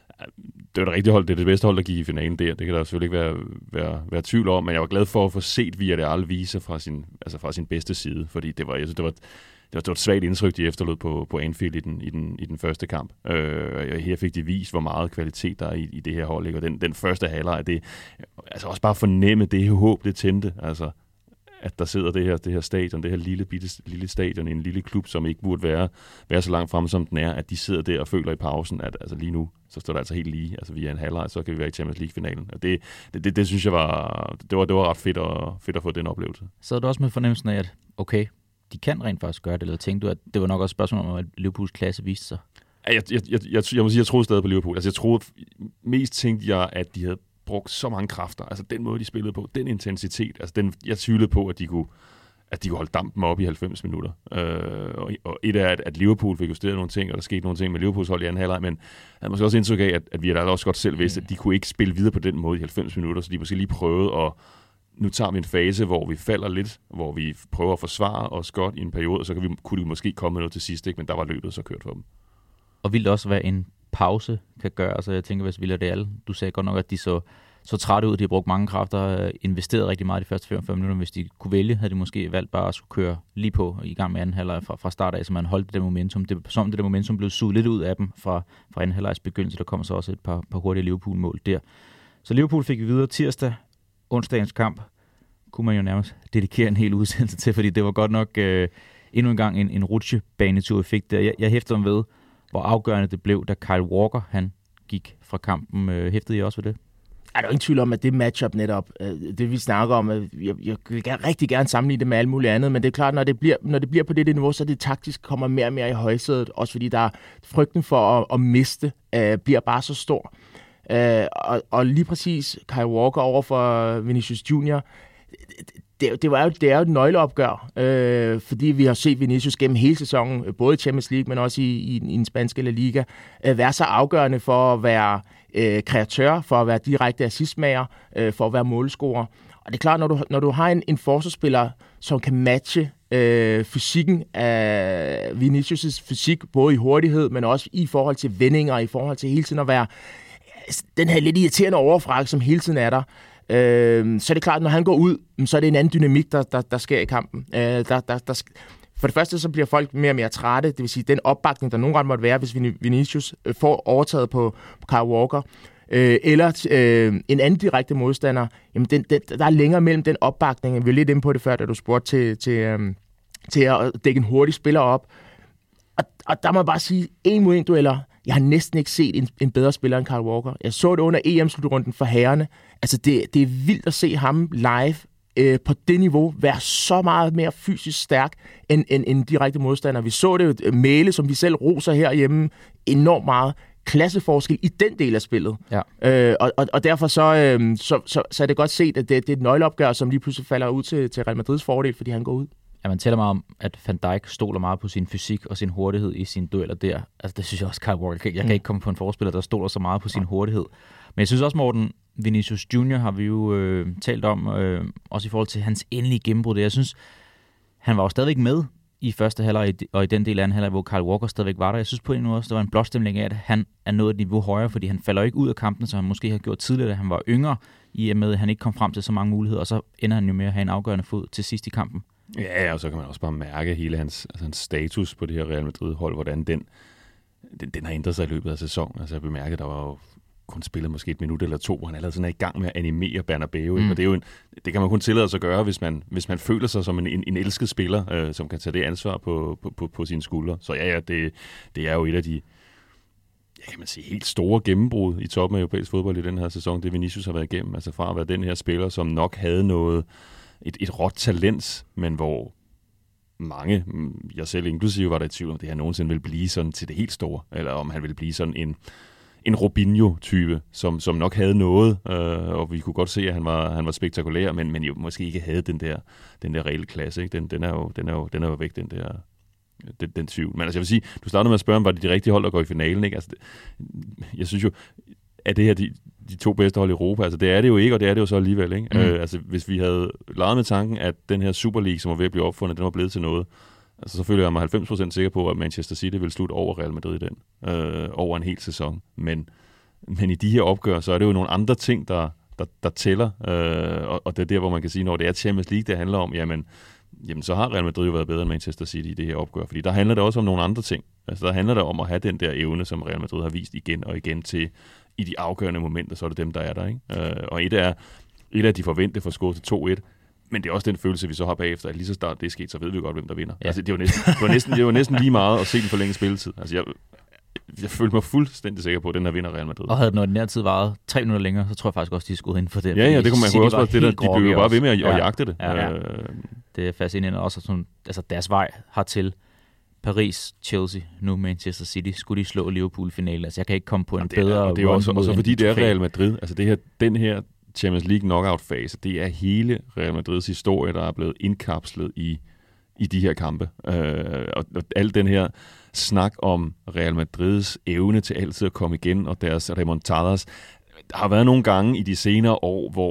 det var det rigtige hold, det er det bedste hold, der gik i finalen der. Det kan der selvfølgelig ikke være, være, være tvivl om, men jeg var glad for at få set Villarreal vise fra sin, altså fra sin bedste side, fordi det var, jeg synes, det var Det var, det var et svagt indtryk, de efterlod på, på Anfield i den, i, den, i den første kamp. Øh, her fik de vist, hvor meget kvalitet der er i, i det her hold. Ikke? Og den, den første halvleg, det altså også bare fornemme det her håb, det tændte. Altså, at der sidder det her, det her stadion, det her lille, bitte, lille stadion i en lille klub, som ikke burde være, være så langt fremme, som den er, at de sidder der og føler i pausen, at altså, lige nu, så står der altså helt lige. Altså via en halvleg, så kan vi være i Champions League-finalen. Og det, det, det, det synes jeg var, det var, det var ret fedt at, fedt at få den oplevelse.
Så er du også med fornemmelsen af, at okay, de kan rent faktisk gøre det, eller tænkte du, at det var nok også et spørgsmål om, at Liverpools klasse viste sig?
Jeg, jeg, jeg, jeg, jeg må sige, jeg troede stadig på Liverpool. Altså jeg troede, mest tænkte jeg, at de havde brugt så mange kræfter. Altså den måde, de spillede på, den intensitet. Altså den, jeg tvivlede på, at de kunne, at de kunne holde dampen op i halvfems minutter. Øh, og, og et er, at, at Liverpool fik justeret nogle ting, og der skete nogle ting med Liverpools hold i anden halvleg, men jeg havde måske også indtryk af, at, at vi havde også godt selv vidst, at de kunne ikke spille videre på den måde i halvfems minutter, så de måske lige prøvede at nu tager vi en fase, hvor vi falder lidt, hvor vi prøver at forsvare os godt i en periode, og så kan vi, kunne vi måske komme med noget til sidst, ikke? Men der var løbet så kørt for dem.
Og vildt også, hvad en pause kan gøre. Altså jeg tænker, hvis Villarreal, du sagde godt nok, at de så, så trætte ud, de har brugt mange kræfter, investeret rigtig meget de første femogfyrre minutter. Hvis de kunne vælge, havde de måske valgt bare at skulle køre lige på i gang med anden halvleg fra, fra start af, så man holdt det momentum. Det, som det der momentum blev suget lidt ud af dem fra, fra anden halvlegs begyndelse. Der kommer så også et par, par hurtige Liverpool-mål der. Så Liverpool fik vi videre tirsdag, onsdagens kamp, kunne man jo nærmest dedikere en hel udsendelse til, fordi det var godt nok øh, endnu en gang en, en rutsjebanetur, vi fik der. Jeg, jeg hæftede mig ved, hvor afgørende det blev, da Kyle Walker han gik fra kampen. Øh, hæftede I også ved det?
Er der jo ingen tvivl om, at det matchup netop, det vi snakker om, jeg, jeg vil gerne, rigtig gerne sammenligne det med alt muligt andet, men det er klart, når det bliver, når det bliver på det, det niveau, så det taktisk kommer mere og mere i højsædet, også fordi der er frygten for at, at miste, øh, bliver bare så stor. Øh, og, og lige præcis Kyle Walker over for Vinicius Junior, det, det, var jo, det er jo et nøgleopgør, øh, fordi vi har set Vinicius gennem hele sæsonen, både i Champions League, men også i, i, i den spanske La Liga, øh, være så afgørende for at være øh, kreatør, for at være direkte assistmager, øh, for at være målscorer. Og det er klart, når du, når du har en, en forsvarsspiller, som kan matche øh, fysikken af Vinicius' fysik, både i hurtighed, men også i forhold til vendinger, i forhold til hele tiden at være den her lidt irriterende overfrak, som hele tiden er der, øh, så er det klart, at når han går ud, så er det en anden dynamik, der, der, der sker i kampen. Øh, der, der, der, for det første, så bliver folk mere og mere trætte, det vil sige, den opbakning, der nogle gange måtte være, hvis Vinicius får overtaget på, på Kyle Walker, øh, eller øh, en anden direkte modstander, jamen den, den, der er længere mellem den opbakning. Vi var lidt inde på det før, da du spurgte til, til, øh, til at dække en hurtig spiller op. Og, og der må jeg bare sige, en mod en dueller, jeg har næsten ikke set en, en bedre spiller end Kyle Walker. Jeg så det under E M-slutrunden for herrerne. Altså, det, det er vildt at se ham live øh, på det niveau være så meget mere fysisk stærk end, end, end direkte modstander. Vi så det jo Mæle, som vi selv roser herhjemme, enormt meget klasseforskel i den del af spillet. Ja. Øh, og, og, og derfor så, øh, så, så, så er det godt set, at det, det er et nøgleopgør, som lige pludselig falder ud til, til Real Madrids fordel, fordi han går ud.
Ja, man tæller meget om, at Van Dijk stoler meget på sin fysik og sin hurtighed i sine dueller der. Altså, det synes jeg også, Kyle Walker. Jeg kan mm. ikke komme på en forspiller, der stoler så meget på sin hurtighed. Men jeg synes også, Morten, Vinicius Junior har vi jo øh, talt om, øh, også i forhold til hans endelige gennembrud. Jeg synes, han var jo stadigvæk med i første halvleg og i den del af anden halvleg, hvor Kyle Walker stadigvæk var der. Jeg synes på en måde også, der var en blåstemning af, at han er nået et niveau højere, fordi han falder ikke ud af kampen, som han måske har gjort tidligere, da han var yngre, i og med, at han ikke kom frem til så mange muligheder, og så ender han jo med at have en afgørende fod til sidst i kampen.
Ja, og så kan man også bare mærke hele hans, altså hans status på det her Real Madrid-hold, hvordan den, den, den har ændret sig i løbet af sæsonen. Altså jeg bemærkede, der var jo kun spillet måske et minut eller to, hvor han allerede sådan er i gang med at animere Bernabeu. Mm. Og det, er jo en, det kan man kun tillade sig at gøre, hvis man, hvis man føler sig som en, en, en elsket spiller, øh, som kan tage det ansvar på, på, på, på sine skuldre. Så ja, ja det, det er jo et af de, ja, kan man sige, helt store gennembrud i toppen af europæisk fodbold i den her sæson, det Vinicius har været igennem. Altså fra at være den her spiller, som nok havde noget Et, et råt talent, men hvor mange, jeg selv inklusive, var der i tvivl om, det her nogensinde ville blive sådan til det helt store, eller om han ville blive sådan en, en Robinho-type, som, som nok havde noget, øh, og vi kunne godt se, at han var, han var spektakulær, men, men jo måske ikke havde den der, den der reelle klasse. Ikke? Den, den, er jo, den, er jo, den er jo væk, den der den, den tvivl. Men altså jeg vil sige, du startede med at spørge, om var det de rigtige hold, der går i finalen? Ikke? Altså, det, jeg synes jo, at det her de, de to bedste hold i Europa, altså det er det jo ikke, og det er det jo så alligevel, ikke? Mm. Øh, altså hvis vi havde leget med tanken, at den her Super League, som var ved at blive opfundet, den var blevet til noget, altså så føler jeg mig halvfems procent sikker på, at Manchester City vil slutte over Real Madrid i den, øh, over en hel sæson. Men, men i de her opgør, så er det jo nogle andre ting, der, der, der tæller, øh, og, og det er der, hvor man kan sige, når det er Champions League, det handler om, jamen, jamen så har Real Madrid jo været bedre end Manchester City i det her opgør, fordi der handler det også om nogle andre ting. Altså der handler det om at have den der evne, som Real Madrid har vist igen og igen til i de afgørende momenter, så er det dem, der er der. Ikke? Øh, og et er, et er de forventede for skåret til to et, men det er også den følelse, vi så har bagefter, at lige så snart det er sket, så ved vi godt, hvem der vinder. Ja. Altså, det, var næsten, det, var næsten, det var næsten lige meget at se den forlænge spilletid. Altså, jeg, jeg følte mig fuldstændig sikker på, at den her vinder Real Madrid.
Og havde den ordinære tid varet tre minutter længere, så tror jeg faktisk også, de skulle ind for det.
Ja, ja, det kunne man jo også bare, det der, de blev jo bare ved med at, ja. at jagte det.
Ja, ja. Øh, det er fascinerende også, sådan, altså deres vej hertil. Paris, Chelsea, nu Manchester City, skulle de slå Liverpool-finalen? Altså, jeg kan ikke komme på en
det er,
bedre...
Og det er også, også fordi det er Real Madrid. Altså, det her, den her Champions League knockout-fase, det er hele Real Madrids historie, der er blevet indkapslet i, i de her kampe. Øh, og, og al den her snak om Real Madrids evne til altid at komme igen, og deres remontadas. Der har været nogle gange i de senere år, hvor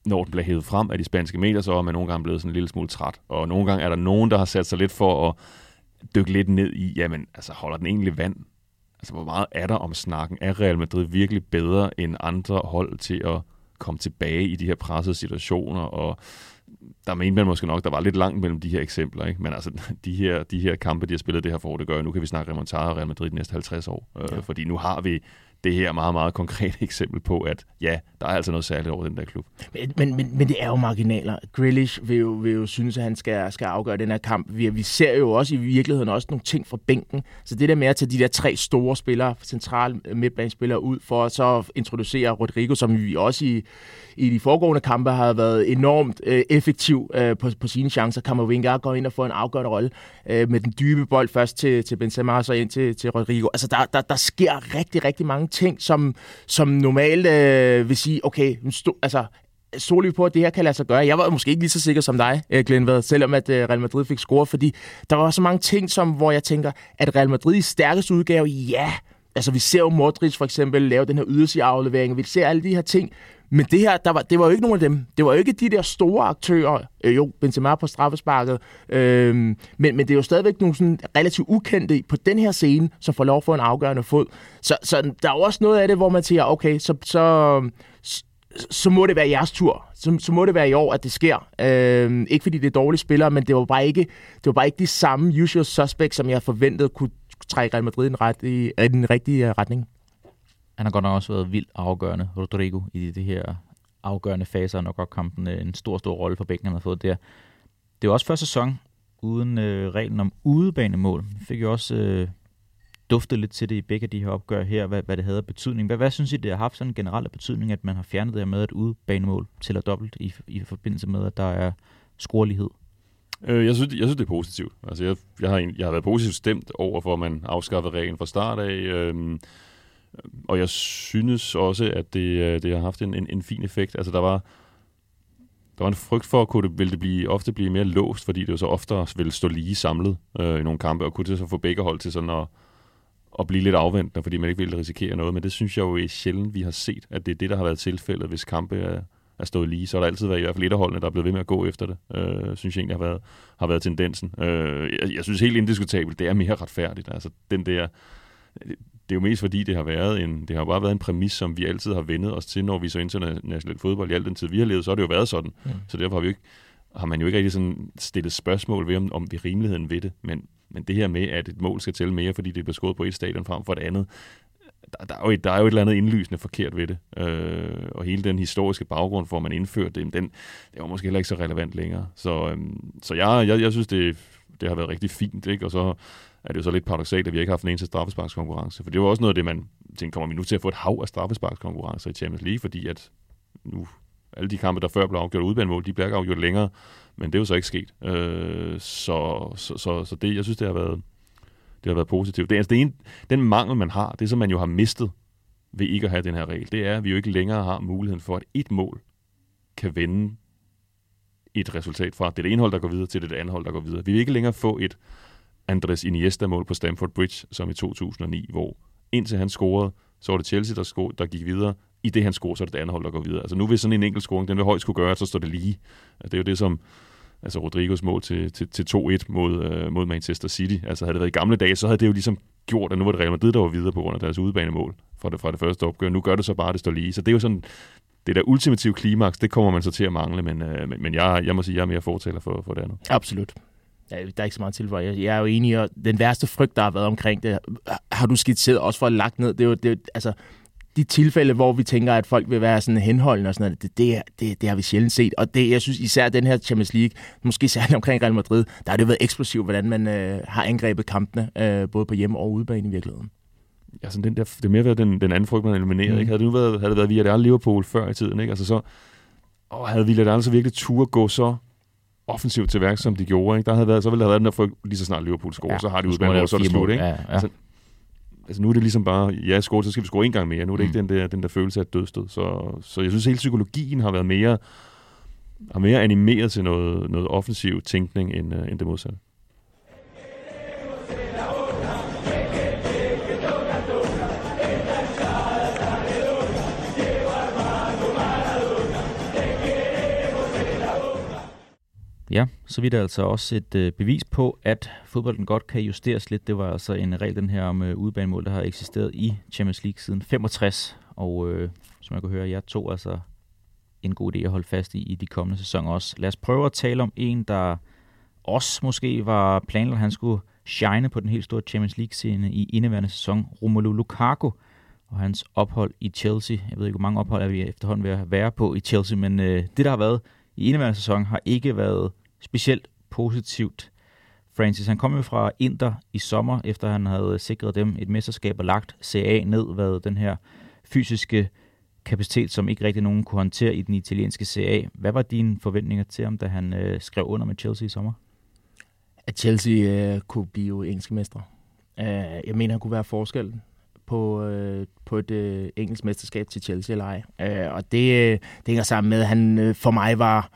når den bliver hævet frem af de spanske medier, så er man nogle gange blevet sådan en lille smule træt. Og nogle gange er der nogen, der har sat sig lidt for at dykke lidt ned i, jamen, altså holder den egentlig vand? Altså, hvor meget er der om snakken? Er Real Madrid virkelig bedre end andre hold til at komme tilbage i de her pressede situationer? Og der mente man måske nok, der var lidt langt mellem de her eksempler, ikke? Men altså, de her, de her kampe, de har spillet det her forår, det gør, nu kan vi snakke remontada og Real Madrid de næste halvtreds år. Ja. Øh, fordi nu har vi det her meget, meget konkrete eksempel på, at ja, der er altså noget særligt over den der klub.
Men, men, men, men det er jo marginaler. Grealish vil jo, vil jo synes, at han skal, skal afgøre den her kamp. Vi, vi ser jo også i virkeligheden også nogle ting fra bænken. Så det der med at tage de der tre store spillere, centrale midtbanespillere ud, for at så introducere Rodrigo, som vi også i, i de foregående kampe har været enormt øh, effektiv øh, på, på sine chancer. Camavinga går ind og får en afgørende rolle øh, med den dybe bold først til, til Benzema og så ind til, til Rodrigo. Altså der, der, der sker rigtig, rigtig mange ting, som, som normalt øh, vil sige, okay, stå, altså, stoler vi på, at det her kan lade sig gøre. Jeg var måske ikke lige så sikker som dig, Glenn, selvom at øh, Real Madrid fik scoret, fordi der var så mange ting, som, hvor jeg tænker, at Real Madrid i stærkeste udgave, ja, altså vi ser jo Modric for eksempel lave den her yderside-aflevering, vi ser alle de her ting, men det her, der var, det var jo ikke nogen af dem. Det var jo ikke de der store aktører. Øh, jo, Benzema på straffesparket. Øh, men, men det er jo stadigvæk nogle sådan relativt ukendte på den her scene, som får lov at få en afgørende fod. Så, så der er jo også noget af det, hvor man siger, okay, så, så, så må det være jeres tur. Så, så må det være i år, at det sker. Øh, ikke fordi det er dårlige spillere, men det var bare ikke, det var bare ikke de samme usual suspects, som jeg forventede kunne trække Real Madrid i den, ret, i, i den rigtige retning.
Han har godt nok også været vildt afgørende, Rodrigo, i de her afgørende faser, når godt kampen en stor, stor rolle for bænken, han har fået der. Det var også første sæson uden øh, reglen om udebanemål. Vi fik jo også øh, duftet lidt til det i begge af de her opgør her, hvad, hvad det havde af betydning. Hvad, hvad synes I, det har haft sådan en generel betydning, at man har fjernet det her med, at udebanemål tæller dobbelt i, i forbindelse med, at der er scorelighed?
Øh, jeg, synes, jeg synes, det er positivt. Altså, jeg, jeg, har, jeg har været positivt stemt over, for at man afskaffede reglen fra start af. Øh, Og jeg synes også, at det, det har haft en, en, en fin effekt. Altså, der var, der var en frygt for, at kunne det, ville det blive, ofte blive mere låst, fordi det jo så ofte ville stå lige samlet øh, i nogle kampe, og kunne det så få begge hold til sådan at, at blive lidt afventende, fordi man ikke ville risikere noget. Men det synes jeg jo er sjældent, vi har set, at det er det, der har været tilfældet, hvis kampe er, er stået lige. Så har der altid været i hvert fald et af holdene, der er blevet ved med at gå efter det. Øh, synes jeg egentlig har været, har været tendensen. Øh, jeg, jeg synes helt indiskutabelt, det er mere retfærdigt. Altså, den der... Det er jo mest fordi, det har været en, det har bare været en præmis, som vi altid har vendet os til, når vi så internationalt fodbold i al den tid, vi har levet, så har det jo været sådan. Mm. Så derfor har, vi jo ikke, har man jo ikke rigtig sådan stillet spørgsmål ved, om, om vi rimeligheden ved det. Men, men det her med, at et mål skal tælle mere, fordi det bliver skåret på et stadion frem for et andet, der, der, er, jo et, der er jo et eller andet indlysende forkert ved det. Øh, og hele den historiske baggrund, for at man indførte det, den, det var måske heller ikke så relevant længere. Så, øhm, så jeg, jeg, jeg synes, det, det har været rigtig fint, ikke? Og så er det jo så lidt paradoksalt, at vi ikke har haft en eneste straffesparkskonkurrence. For det var også noget af det, man tænkte, kommer vi nu til at få et hav af straffesparkskonkurrencer i Champions League, fordi at nu alle de kampe, der før blev afgjort udbanemål, de bliver ikke afgjort længere, men det er jo så ikke sket. Øh, så, så, så, så det, jeg synes, det har været, det har været positivt. Det, altså, det ene, den mangel, man har, det som man jo har mistet ved ikke at have den her regel, det er, at vi jo ikke længere har muligheden for, at et mål kan vende et resultat fra det, det ene hold, der går videre, til det andet hold, der går videre. Vi vil ikke længere få et Andres Iniesta-mål på Stamford Bridge, som i to tusind og ni, hvor indtil han scorede, så var det Chelsea, der, scorede, der gik videre. I det, han scorede, så er det det andet hold, der går videre. Altså nu vil sådan en enkelt scoring, den vil højst kunne gøre, så står det lige. Det er jo det, som altså Rodrigos mål til, til, til to et mod, øh, mod Manchester City. Altså havde det været i gamle dage, så havde det jo ligesom gjort, at nu var det Real Madrid, der var videre på grund af deres udebanemål fra det, fra det første opgør. Nu gør det så bare, at det står lige. Så det er jo sådan, det der ultimative klimaks, det kommer man så til at mangle, men, øh, men, men jeg, jeg må sige, jeg er mere fortaler for, for det andet.
Absolut. Ja, der er ikke så meget til, hvor jeg, jeg er jo enig i, den værste frygt, der har været omkring det, har du skitseret også for at lagt ned. Det er jo, det er jo, altså, de tilfælde, hvor vi tænker, at folk vil være sådan henholdende og sådan noget, det, det, det, det har vi sjældent set. Og det, jeg synes især den her Champions League, måske særligt omkring Real Madrid, der har det været eksplosivt, hvordan man øh, har angrebet kampene, øh, både på hjemme- og udebane i virkeligheden.
Ja, sådan den der, det er mere været den, den anden frygt, man elimineret. Mm. Ikke? Havde det nu været, havde det været Villarreal Liverpool før i tiden, ikke? Altså så, åh, havde Villarreal så virkelig tur gå så offensivt til værk, som de gjorde, ikke? Der havde været, så ville der have været den der frygt, lige så snart Liverpool scorer, ja, så har de udbanemål, og så er det slut, ikke? Ja, ja. Altså, altså nu er det ligesom bare, ja, score, så skal vi score en gang mere. Nu er det mm. ikke den der, den der følelse af dødstød. Så, så jeg synes, hele psykologien har været mere, har mere animeret til noget, noget offensiv tænkning, end, uh, end det modsatte.
Ja, så vidt er altså også et øh, bevis på, at fodbolden godt kan justeres lidt. Det var altså en regel, den her om øh, udebanemål, der har eksisteret i Champions League siden femogtres. Og øh, som jeg kan høre, jeg tog altså en god idé at holde fast i i de kommende sæsoner også. Lad os prøve at tale om en, der også måske var planlagt, at han skulle shine på den helt store Champions League-scene i indeværende sæson. Romelu Lukaku og hans ophold i Chelsea. Jeg ved ikke, hvor mange ophold er vi efterhånden ved at være på i Chelsea, men øh, det, der har været i indeværende sæson, har ikke været specielt positivt. Francis, han kom jo fra Inter i sommer, efter han havde sikret dem et mesterskab og lagt C A ned, hvad den her fysiske kapacitet, som ikke rigtig nogen kunne håndtere i den italienske C A. Hvad var dine forventninger til ham, da han øh, skrev under med Chelsea i sommer?
At Chelsea øh, kunne blive engelske mestre. Uh, jeg mener, han kunne være forskellen på, øh, på et øh, engelsk mesterskab til Chelsea eller ej. Øh, og det, øh, det hænger sammen med, at han øh, for mig var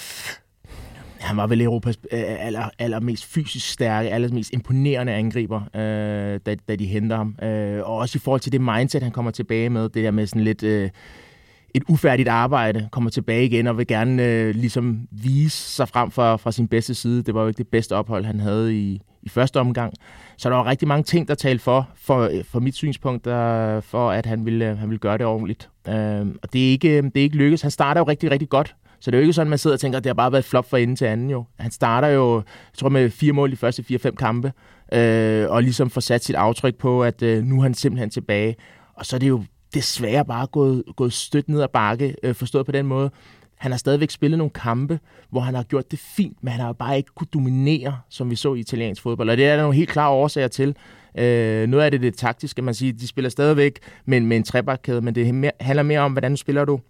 han var vel Europas øh, aller, allermest fysisk stærke, allermest imponerende angriber, øh, da, da de henter ham. Øh, og også i forhold til det mindset, han kommer tilbage med, det der med sådan lidt øh, et ufærdigt arbejde, kommer tilbage igen og vil gerne øh, ligesom vise sig frem fra, fra sin bedste side. Det var jo ikke det bedste ophold, han havde i, i første omgang. Så der var rigtig mange ting, der talte for, for, for mit synspunkt, der, for at han ville, han ville gøre det ordentligt. Øh, og det er, ikke, det er ikke lykkedes. Han starter jo rigtig, rigtig godt. Så det er jo ikke sådan, man sidder og tænker, at det har bare været et flop fra ende til anden jo. Han starter jo, jeg tror med fire mål de første fire-fem kampe, øh, og ligesom får sat sit aftryk på, at øh, nu er han simpelthen tilbage. Og så er det jo desværre bare gået, gået stødt ned ad bakke, øh, forstået på den måde. Han har stadigvæk spillet nogle kampe, hvor han har gjort det fint, men han har bare ikke kunnet dominere, som vi så i italiensk fodbold. Og det er der nogle helt klare årsager til. Øh, noget af det det taktiske, man siger, de spiller stadigvæk med, med en trebakkæde, men det mere, handler mere om, hvordan spiller du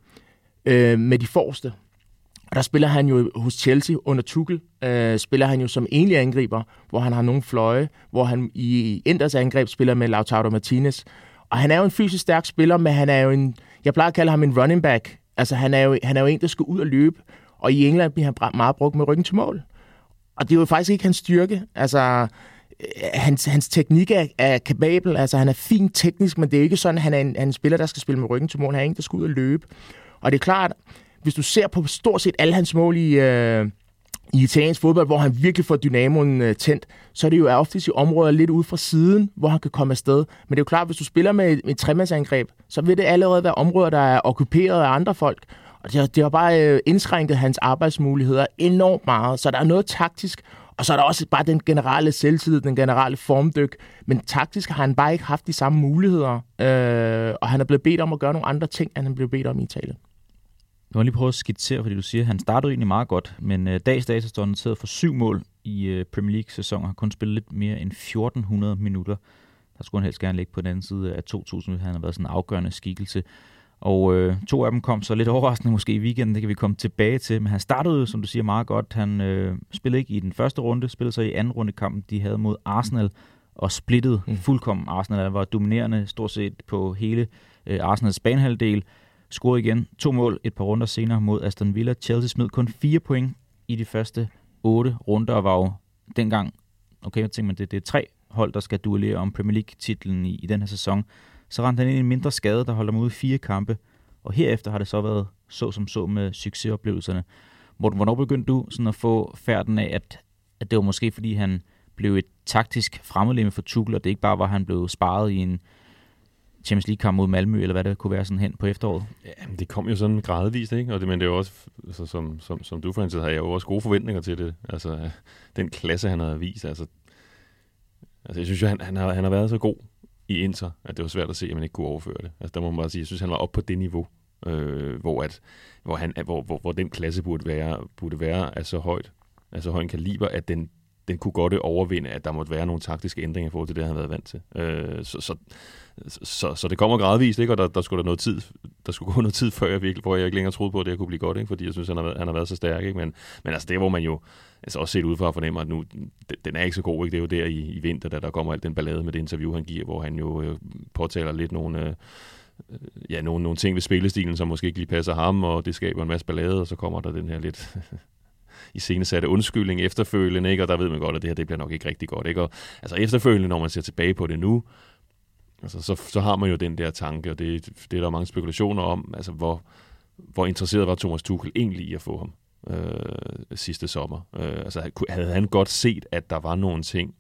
øh, med de forreste. Og der spiller han jo hos Chelsea under Tuchel, øh, spiller han jo som egentlig angriber, hvor han har nogle fløje, hvor han i Inters angreb spiller med Lautaro Martinez. Og han er jo en fysisk stærk spiller, men han er jo en, jeg plejer at kalde ham en running back. Altså han er jo, han er jo en, der skal ud og løbe, og i England bliver han meget brugt med ryggen til mål. Og det er jo faktisk ikke hans styrke. Altså hans, hans teknik er, er kapabel, altså han er fint teknisk, men det er ikke sådan, at han er en, han er en spiller, der skal spille med ryggen til mål. Han er en, der skal ud og løbe. Og det er klart, hvis du ser på stort set alle hans mål i, øh, i italiensk fodbold, hvor han virkelig får dynamoen øh, tændt, så er det jo ofte i områder lidt ude fra siden, hvor han kan komme afsted. Men det er jo klart, hvis du spiller med et, et tremandsangreb, så vil det allerede være områder, der er okkuperet af andre folk. Og det har, det har bare øh, indskrænket hans arbejdsmuligheder enormt meget. Så der er noget taktisk, og så er der også bare den generelle selvtillid, den generelle formdyk. Men taktisk har han bare ikke haft de samme muligheder, øh, og han er blevet bedt om at gøre nogle andre ting, end han blev bedt om i Italien.
Jeg må lige prøve at skitsere, fordi du siger, at han startede egentlig meget godt, men øh, dags dags står han noteret for syv mål i øh, Premier League-sæsonen, og har kun spillet lidt mere end fjorten hundrede minutter. Der skulle han helst gerne ligge på den anden side af to tusind, hvis han har været sådan en afgørende skikkelse. Og øh, to af dem kom så lidt overraskende måske i weekenden, det kan vi komme tilbage til, men han startede, som du siger, meget godt. Han øh, spillede ikke i den første runde, spillede så i anden runde kampen, de havde mod Arsenal, og splittede mm. fuldkommen. Arsenal var dominerende stort set på hele øh, Arsenals banehalvdel. Scorede igen to mål et par runder senere mod Aston Villa. Chelsea smed kun fire point i de første otte runder, og var jo dengang, okay, jeg tænker man, det, det er tre hold, der skal duellere om Premier League-titlen i, i den her sæson. Så rendte han ind i en mindre skade, der holder ham ude i fire kampe, og herefter har det så været så som så med succesoplevelserne. Morten, hvornår begyndte du sådan at få færden af, at, at det var måske fordi han blev et taktisk fremmedlemme for Tuchel, og det ikke bare var, at han blev sparet i en Champions League-kamp mod Malmø, eller hvad det kunne være sådan hen på efteråret?
Ja, det kom jo sådan gradvist, ikke? Og det, men det er jo også, altså, som, som, som du, Francis, har jeg jo også gode forventninger til det. Altså, den klasse, han har vist, altså, altså jeg synes jo, han, han, har, han har været så god i Inter, at det var svært at se, at man ikke kunne overføre det. Altså, der må man bare sige, jeg synes, han var oppe på det niveau, øh, hvor, at, hvor, han, hvor, hvor, hvor den klasse burde være, burde være af så højt, altså høj en kaliber, at den, den kunne godt overvinde, at der måtte være nogle taktiske ændringer i forhold til det, han havde været vant til. Øh, så, så, så, så det kommer gradvist, ikke? Og der, der skulle der noget tid, der skulle gå noget tid, før jeg virkelig, hvor jeg ikke længere troede på, at det kunne blive godt, ikke? Fordi jeg synes, han har været, han har været så stærk, ikke? Men, men altså det, hvor man jo altså også set ud fra fornemmer, at nu, den er ikke så god, ikke? Det er jo der i, i vinter, da der kommer alt den ballade med det interview, han giver, hvor han jo øh, påtaler lidt nogle, øh, ja, nogle, nogle ting ved spillestilen, som måske ikke lige passer ham, og det skaber en masse ballade, og så kommer der den her lidt iscenesatte undskyldning efterfølgende, ikke? Og der ved man godt, at det her det bliver nok ikke rigtig godt, ikke? Og altså efterfølgende, når man ser tilbage på det nu, altså, så, så har man jo den der tanke, og det, det er der mange spekulationer om, altså hvor, hvor interesseret var Thomas Tuchel egentlig i at få ham. øh, sidste sommer. Øh, altså havde han godt set, at der var nogle ting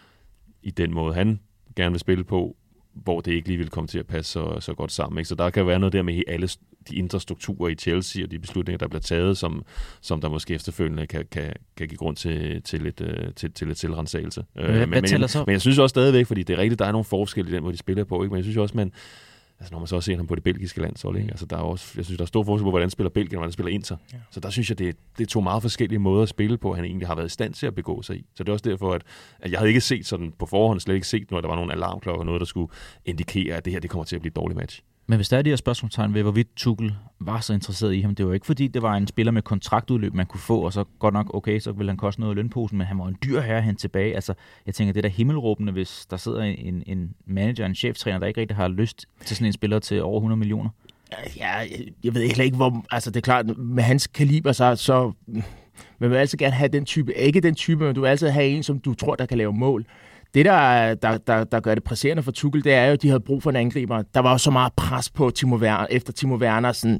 i den måde, han gerne vil spille på, hvor det ikke lige ville komme til at passe så, så godt sammen. Ikke? Så der kan være noget der med alle de indre strukturer i Chelsea og de beslutninger, der bliver taget, som, som der måske efterfølgende kan, kan, kan give grund til, til, lidt, til, til lidt selvrensagelse.
Hvad, men,
men,
men,
men jeg synes også stadigvæk, fordi det er rigtigt, der er nogle forskelle i den måde, de spiller på, ikke? Men jeg synes også, man altså når man så også ser ham på det belgiske landshold, ikke? Altså der er også, jeg synes, der er stor forskel på, hvordan spiller Belgien og hvordan spiller Inter. Ja. Så der synes jeg, det, det er to meget forskellige måder at spille på, han egentlig har været i stand til at begå sig i. Så det er også derfor, at, at jeg havde ikke set sådan på forhånd, slet ikke set, når der var nogle alarmklokker, noget, der skulle indikere, at det her det kommer til at blive et dårligt match. Men
hvis der er de her spørgsmålstegn ved, hvorvidt Tuchel var så interesseret i ham, det var ikke fordi, det var en spiller med kontraktudløb, man kunne få, og så godt nok, okay, så ville han koste noget i lønposen, men han var en dyr herre hen tilbage. Altså, jeg tænker, det er da himmelråbende, hvis der sidder en, en manager, en cheftræner, der ikke rigtig har lyst til sådan en spiller til over hundrede millioner.
Ja, jeg ved heller ikke, hvor... Altså, det er klart, med hans kaliber, så... så man vil altid gerne have den type... Ikke den type, men du vil altid have en, som du tror, der kan lave mål. Det, der, der, der, der gør det presserende for Tuchel, det er jo, at de havde brug for en angriber. Der var jo så meget pres på Timo Werner, efter Timo Werner, sådan,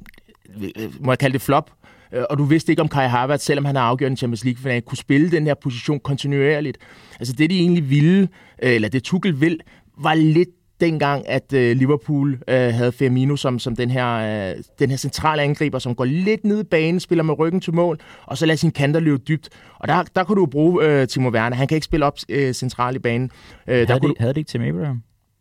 må jeg kalde det flop. Og du vidste ikke, om Kai Havertz, selvom han har afgjort en Champions League-final, kunne spille den her position kontinuerligt. Altså det, de egentlig ville, eller det Tuchel vil, var lidt dengang, at øh, Liverpool øh, havde Firmino som, som den, her, øh, den her centrale angriber, som går lidt ned i banen, spiller med ryggen til mål, og så lader sine kanter løbe dybt. Og der, der kunne du bruge øh, Timo Werner. Han kan ikke spille op øh, centralt i banen. Øh,
havde,
der
de,
kunne du...
havde det ikke Tim Abraham?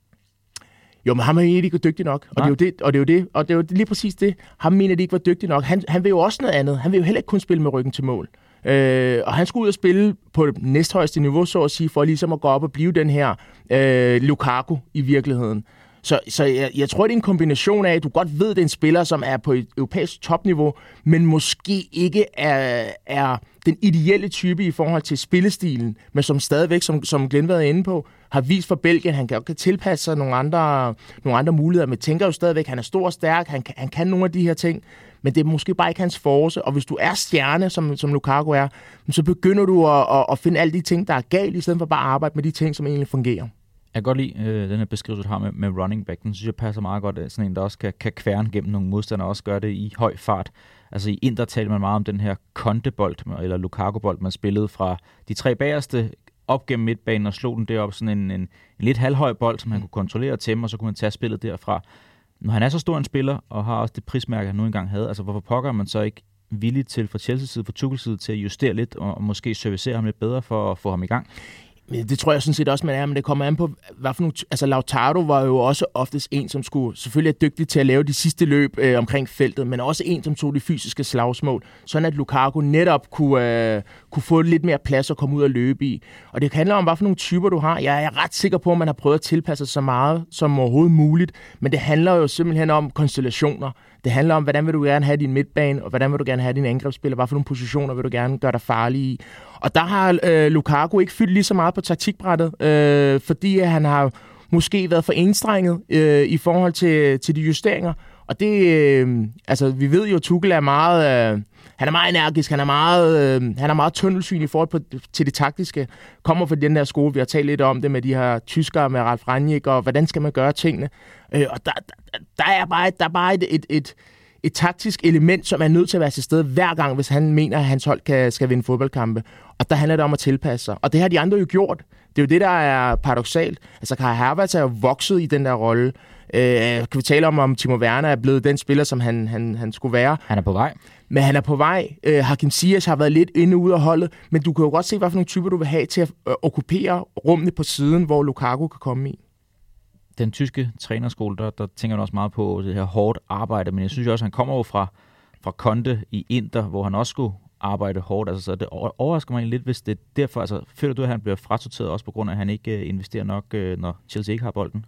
Jo, men ham er egentlig ikke dygtig nok. Og det, er jo det, og det er jo det, og det er jo lige præcis det. Ham mener, de ikke var dygtig nok. Han, han vil jo også noget andet. Han vil jo heller ikke kun spille med ryggen til mål. Øh, og han skulle ud og spille på det næsthøjeste niveau, så at sige, for ligesom at gå op og blive den her øh, Lukaku i virkeligheden. Så, så jeg, jeg tror, det er en kombination af, at du godt ved, at det er en spiller, som er på et europæisk topniveau, men måske ikke er, er den ideelle type i forhold til spillestilen, men som stadigvæk, som, som Glenn var inde på, har vist for Belgien, han kan også tilpasse sig nogle andre, nogle andre muligheder, men tænker jo stadigvæk, han er stor og stærk, han, han kan nogle af de her ting, men det er måske bare ikke hans force, og hvis du er stjerne, som, som Lukaku er, så begynder du at, at, at finde alle de ting, der er galt, i stedet for bare at arbejde med de ting, som egentlig fungerer.
Jeg kan godt lide øh, den her beskrivelse, du har med, med running back. Den synes jeg passer meget godt. Sådan en, der også kan, kan kværne gennem nogle modstandere, og også gøre det i høj fart. Altså i Inter taler man meget om den her Conte-bold, eller Lukaku-bold, man spillede fra de tre bagerste op gennem midtbanen og slog den derop. Sådan en, en, en lidt halvhøj bold, som han kunne kontrollere til dem, og så kunne man tage spillet derfra. Når han er så stor en spiller, og har også det prismærke, han nu engang havde, altså hvorfor pokker man så ikke villig til fra Chelsea's side, fra Tuchels side, til at justere lidt, og, og måske servicere ham lidt bedre for at få ham i gang?
Det tror jeg sådan set også, man er, men det kommer an på, hvad for nogle... Altså, Lautaro var jo også oftest en, som skulle selvfølgelig er dygtig til at lave de sidste løb øh, omkring feltet, men også en, som tog de fysiske slagsmål, sådan at Lukaku netop kunne, øh, kunne få lidt mere plads og komme ud og løbe i. Og det handler om, hvad for nogle typer du har. Jeg er ret sikker på, at man har prøvet at tilpasse sig så meget som overhovedet muligt, men det handler jo simpelthen om konstellationer. Det handler om, hvordan vil du gerne have din midtbane, og hvordan vil du gerne have din angrebsspiller, hvad for nogle positioner vil du gerne gøre dig farlig i. Og der har øh, Lukaku ikke fyldt lige så meget på taktikbrættet, øh, fordi han har måske været for enstrenget øh, i forhold til, til de justeringer. Og det, øh, altså vi ved jo, at Tuchel er meget, øh, han er meget energisk, han er meget, øh, han er meget tunnelsyn i forhold på, til det taktiske. Kommer fra den der skole, vi har talt lidt om det med de her tyskere, med Ralf Rangnick, og hvordan skal man gøre tingene. Øh, og der, der, der er bare, der er bare et, et, et, et taktisk element, som er nødt til at være til stede hver gang, hvis han mener, at hans hold kan, skal vinde fodboldkampe. Og der handler det om at tilpasse sig. Og det har de andre jo gjort. Det er jo det, der er paradoksalt. Altså Kai Havertz er jo vokset i den der rolle. Øh, kan vi tale om, om Timo Werner er blevet den spiller, som han, han, han skulle være.
Han er på vej.
Men han er på vej. Øh, Hakim Ziyech har været lidt inde ude af holdet, men du kan jo godt se, hvad for nogle typer du vil have til at øh, okkupere rummene på siden, hvor Lukaku kan komme i.
Den tyske trænerskole, der, der tænker man også meget på det her hårdt arbejde, men jeg synes også, han kommer jo fra, fra Conte i Inter, hvor han også skulle arbejde hårdt. Altså, så det overrasker mig lidt, hvis det er derfor, altså føler du, at han bliver frasorteret også på grund af, at han ikke uh, investerer nok, uh, når Chelsea ikke har bolden?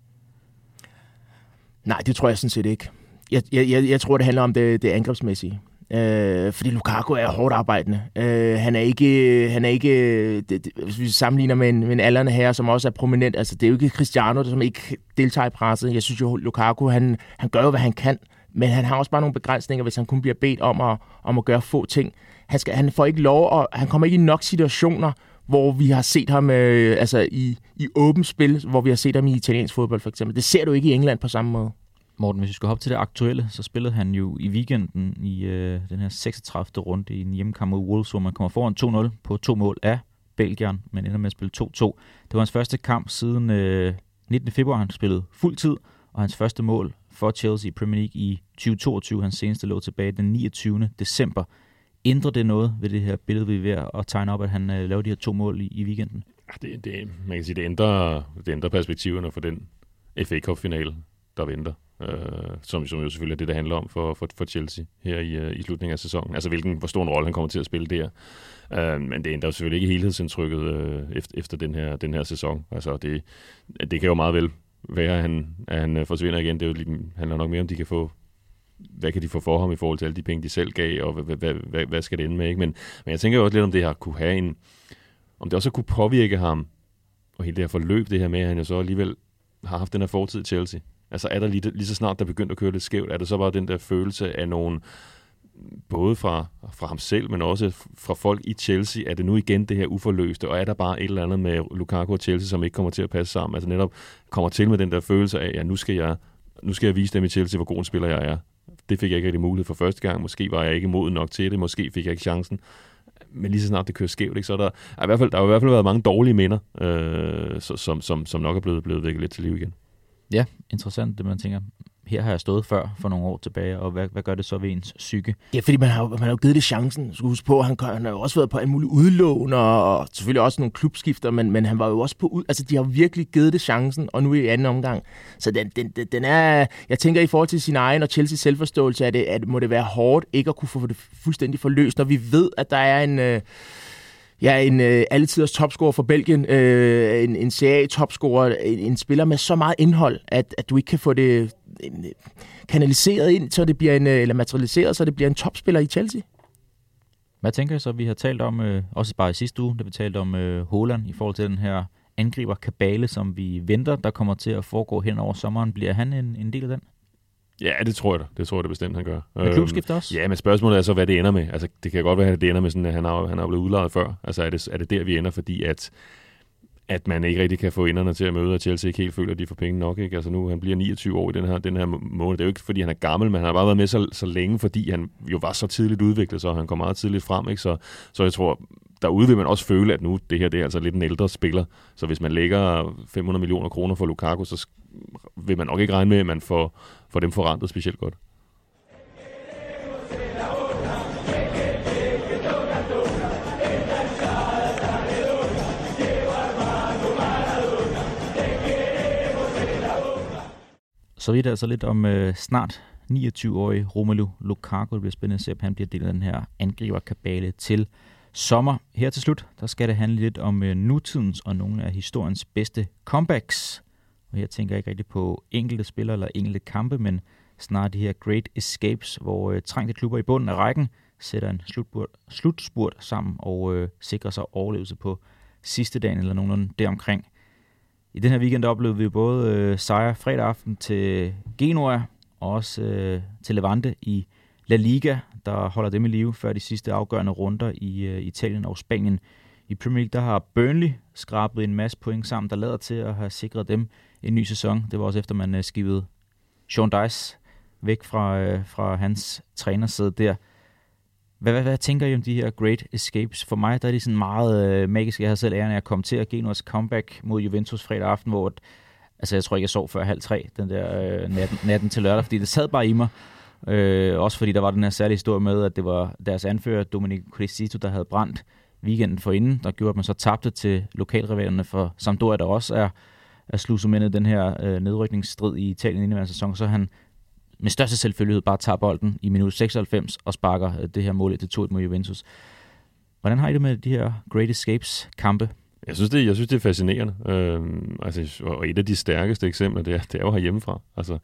Nej, det tror jeg sådan set ikke. Jeg, jeg, jeg, jeg tror, det handler om det, det angrebsmæssige. Øh, fordi Lukaku er hårdt arbejdende. Øh, han er ikke, han er ikke det, det, hvis vi sammenligner med en, med en aldrende herre, som også er prominent, altså det er jo ikke Cristiano, som ikke deltager i presset. Jeg synes jo, Lukaku, han, han gør jo, hvad han kan, men han har også bare nogle begrænsninger, hvis han kun bliver bedt om at, om at gøre få ting. Han, skal, han får ikke lov, og han kommer ikke i nok situationer, hvor vi har set ham øh, altså i, i åbent spil, hvor vi har set ham i italiensk fodbold for eksempel. Det ser du ikke i England på samme måde.
Morten, hvis vi skal hoppe til det aktuelle, så spillede han jo i weekenden i øh, den her seksogtredivte runde i en hjemmekamp mod Wolves, hvor man kommer foran to nul på to mål af Belgien, men ender med at spille to to. Det var hans første kamp siden øh, nittende februar, han spillede fuld tid, og hans første mål for Chelsea i Premier League i tyve toogtyve. Hans seneste lå tilbage den niogtyvende december. Ændrer det noget ved det her billede, vi er ved at tegne op, at han øh, lavede de her to mål i, i weekenden?
Det, det, man kan sige, det ændrer, det ændrer perspektiverne for den F A Cup-finale, der venter. Øh, som, som jo selvfølgelig er det, der handler om for, for, for Chelsea her i, i slutningen af sæsonen. Altså hvilken, hvor stor en rolle han kommer til at spille der. Øh, men det ændrer jo selvfølgelig ikke helhedsindtrykket øh, efter, efter den her, den her sæson. Altså det, det kan jo meget vel være, at han, at han forsvinder igen. Det er jo lige, handler nok mere om, de kan få, hvad kan de få for ham i forhold til alle de penge, de selv gav, og hvad, hvad, hvad, hvad skal det ende med, ikke? Men, men jeg tænker jo også lidt, om det her kunne have en, om det også kunne påvirke ham, og hele det her forløb, det her med, at han jo så alligevel har haft den her fortid i Chelsea. Altså er der lige, lige så snart, der begyndte at køre lidt skævt, er det så bare den der følelse af nogen, både fra, fra ham selv, men også fra folk i Chelsea, er det nu igen det her uforløste, og er der bare et eller andet med Lukaku og Chelsea, som ikke kommer til at passe sammen, altså netop kommer til med den der følelse af, ja, nu skal jeg, nu skal jeg vise dem i Chelsea, hvor god en spiller jeg er. Det fik jeg ikke rigtig mulighed for første gang, måske var jeg ikke moden nok til det, måske fik jeg ikke chancen, men lige så snart det kører skævt, ikke, så er der, er i hvert fald, der har i hvert fald været mange dårlige minder, øh, som, som, som nok er blevet, blevet vækket lidt til liv igen.
Ja, interessant, det man tænker. Her har jeg stået før for nogle år tilbage, og hvad, hvad gør det så ved ens psyke?
Ja, fordi man har, man har jo givet det chancen. Du skal huske på, han, han har jo også været på en mulig udlån, og, og selvfølgelig også nogle klubskifter, men, men han var jo også på ud... Altså, de har virkelig givet det chancen, og nu i anden omgang. Så den, den, den er... Jeg tænker, i forhold til sin egen og Chelseas selvforståelse, at det, at må det være hårdt ikke at kunne få det fuldstændig forløst, når vi ved, at der er en... Øh, Ja, en øh, alletiders topscorer for Belgien, øh, en, en Serie A-topscorer, en, en spiller med så meget indhold, at, at du ikke kan få det en, kanaliseret ind, så det bliver en, eller materialiseret, så det bliver en topspiller i Chelsea.
Hvad tænker jeg så, vi har talt om, øh, også bare i sidste uge, da vi talte om øh, Haaland, i forhold til den her angriber-kabale, som vi venter, der kommer til at foregå hen over sommeren. Bliver han en, en del af den?
Ja, det tror jeg da. Det tror jeg da bestemt, han gør.
Med klubskift også?
Ja, men spørgsmålet er så, hvad det ender med. Altså, det kan godt være, at det ender med sådan, at han har, han har blevet udlejet før. Altså, er det, er det der, vi ender, fordi at, at man ikke rigtig kan få enderne til at møde, og Chelsea ikke helt føler, at de får penge nok, ikke? Altså, nu han bliver niogtyve år i den her, den her måned. Det er jo ikke, fordi han er gammel, men han har bare været med så, så længe, fordi han jo var så tidligt udviklet, så han kom meget tidligt frem, ikke? Så, så jeg tror, derude vil man også føle, at nu det her det er altså lidt en ældre spiller. Så hvis man lægger fem hundrede millioner kroner for Lukaku, så vil man nok ikke regne med, at man får, får dem forrentet specielt godt.
Så vidt altså lidt om øh, snart niogtyve-årige Romelu Lukaku. Det bliver spændende at se, om han bliver del af den her angriberkabale til sommer. Her til slut, der skal det handle lidt om øh, nutidens og nogle af historiens bedste comebacks. Og her tænker jeg ikke rigtig på enkelte spillere eller enkelte kampe, men snarere de her great escapes, hvor øh, trængte klubber i bunden af rækken sætter en slutspurt, slutspurt sammen og øh, sikrer sig overlevelse på sidste dagen eller nogenlunde deromkring. I den her weekend oplevede vi både øh, sejre fredag aften til Genoa og også øh, til Levante i La Liga, der holder dem i live før de sidste afgørende runder i øh, Italien og Spanien. I Premier League der har Burnley skrabet en masse point sammen, der lader til at have sikret dem en ny sæson. Det var også efter, man øh, skivede Sean Dyche væk fra, øh, fra hans trænersæde der. Hvad, hvad, hvad tænker I om de her great escapes? For mig der er de sådan meget øh, magiske. Jeg havde selv æren af at komme til at Genoas comeback mod Juventus fredag aften, hvor altså, jeg tror ikke, jeg sov før halv tre den der øh, natten, natten til lørdag, fordi det sad bare i mig. Øh, også fordi der var den her særlige historie med, at det var deres anfører, Domenico Cristito, der havde brændt weekenden forinden, der gjorde, at man så tabte til lokalrivalerne for Sampdoria, der også er, er slusemændet den her øh, nedrykningsstrid i Italien inden i sæson. Så han med største selvfølgelighed bare tager bolden i minut seksoghalvfems og sparker øh, det her mål til to et mod Juventus. Hvordan har I det med de her Great Escapes kampe?
Jeg synes, det, jeg synes, det er fascinerende. Øhm, altså, og et af de stærkeste eksempler, det er, det er jo herhjemmefra. Altså,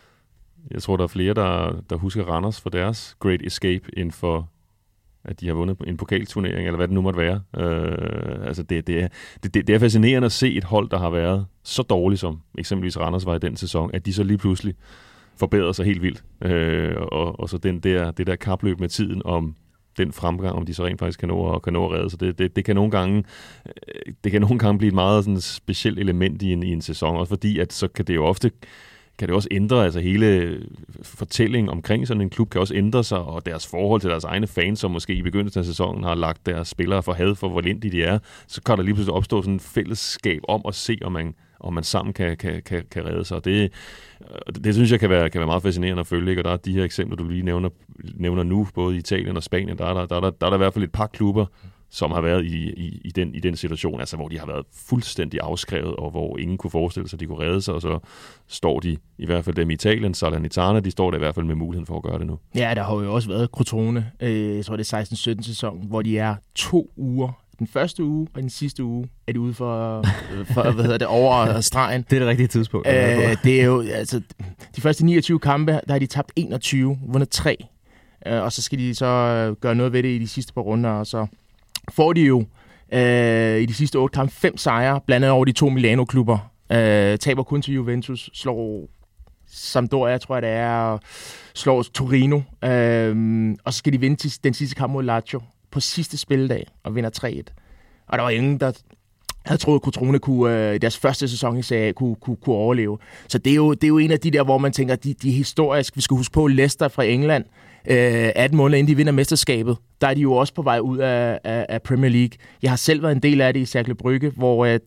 jeg tror, der er flere, der, der husker Randers for deres Great Escape, end for, at de har vundet en pokalturnering, eller hvad det nu måtte være. Øh, altså, det, det, er, det, det er fascinerende at se et hold, der har været så dårligt, som eksempelvis Randers var i den sæson, at de så lige pludselig forbedrer sig helt vildt. Øh, og, og så den der, det der kapløb med tiden om den fremgang, om de så rent faktisk kan nå og kan nå at redde. Så det, det, det kan nogle gange det kan nogle gange blive et meget sådan specielt element i en, i en sæson, også fordi at så kan det jo ofte kan det også ændre, altså hele fortællingen omkring sådan en klub kan også ændre sig, og deres forhold til deres egne fans, som måske i begyndelsen af sæsonen har lagt deres spillere for had for, hvor elendige de er, så kan der lige pludselig opstå sådan et fællesskab om at se, om man, om man sammen kan, kan, kan, kan redde sig. Det, det synes jeg kan være, kan være meget fascinerende at følge, ikke? Og der er de her eksempler, du lige nævner, nævner nu, både i Italien og Spanien, der er der, der, der, der er der i hvert fald et par klubber, som har været i, i, i, den, i den situation, altså hvor de har været fuldstændig afskrevet, og hvor ingen kunne forestille sig, at de kunne redde sig, og så står de, i hvert fald dem i Italien, Salernitana, de står der i hvert fald med muligheden for at gøre det nu.
Ja, der har jo også været Crotone, øh, jeg tror det er seksten sytten sæson, hvor de er to uger. Den første uge og den sidste uge er de ude for, for hvad hedder det, over stregen.
Det er det rigtige tidspunkt.
Øh, det er jo, altså, de første niogtyve kampe, der har de tabt enogtyve, vundet tre, øh, og så skal de så gøre noget ved det i de sidste par runder, og så får de jo øh, i de sidste otte kampe fem sejre, blandt andet over de to Milano-klubber. Øh, taber kun til Juventus, slår Sampdoria, tror jeg det er, og slår Torino. Øh, og så skal de vinde den sidste kamp mod Lazio på sidste spilledag og vinder tre et. Og der var ingen, der havde troet, at Crotone kunne, øh, i deres første sæson i Serie A kunne, kunne, kunne overleve. Så det er, jo, det er jo en af de der, hvor man tænker, de, de er historisk. Vi skal huske på Leicester fra England, øh, atten måneder inden de vinder mesterskabet. Der er de jo også på vej ud af, af, af Premier League. Jeg har selv været en del af det i Cercle Brugge, hvor... Øh,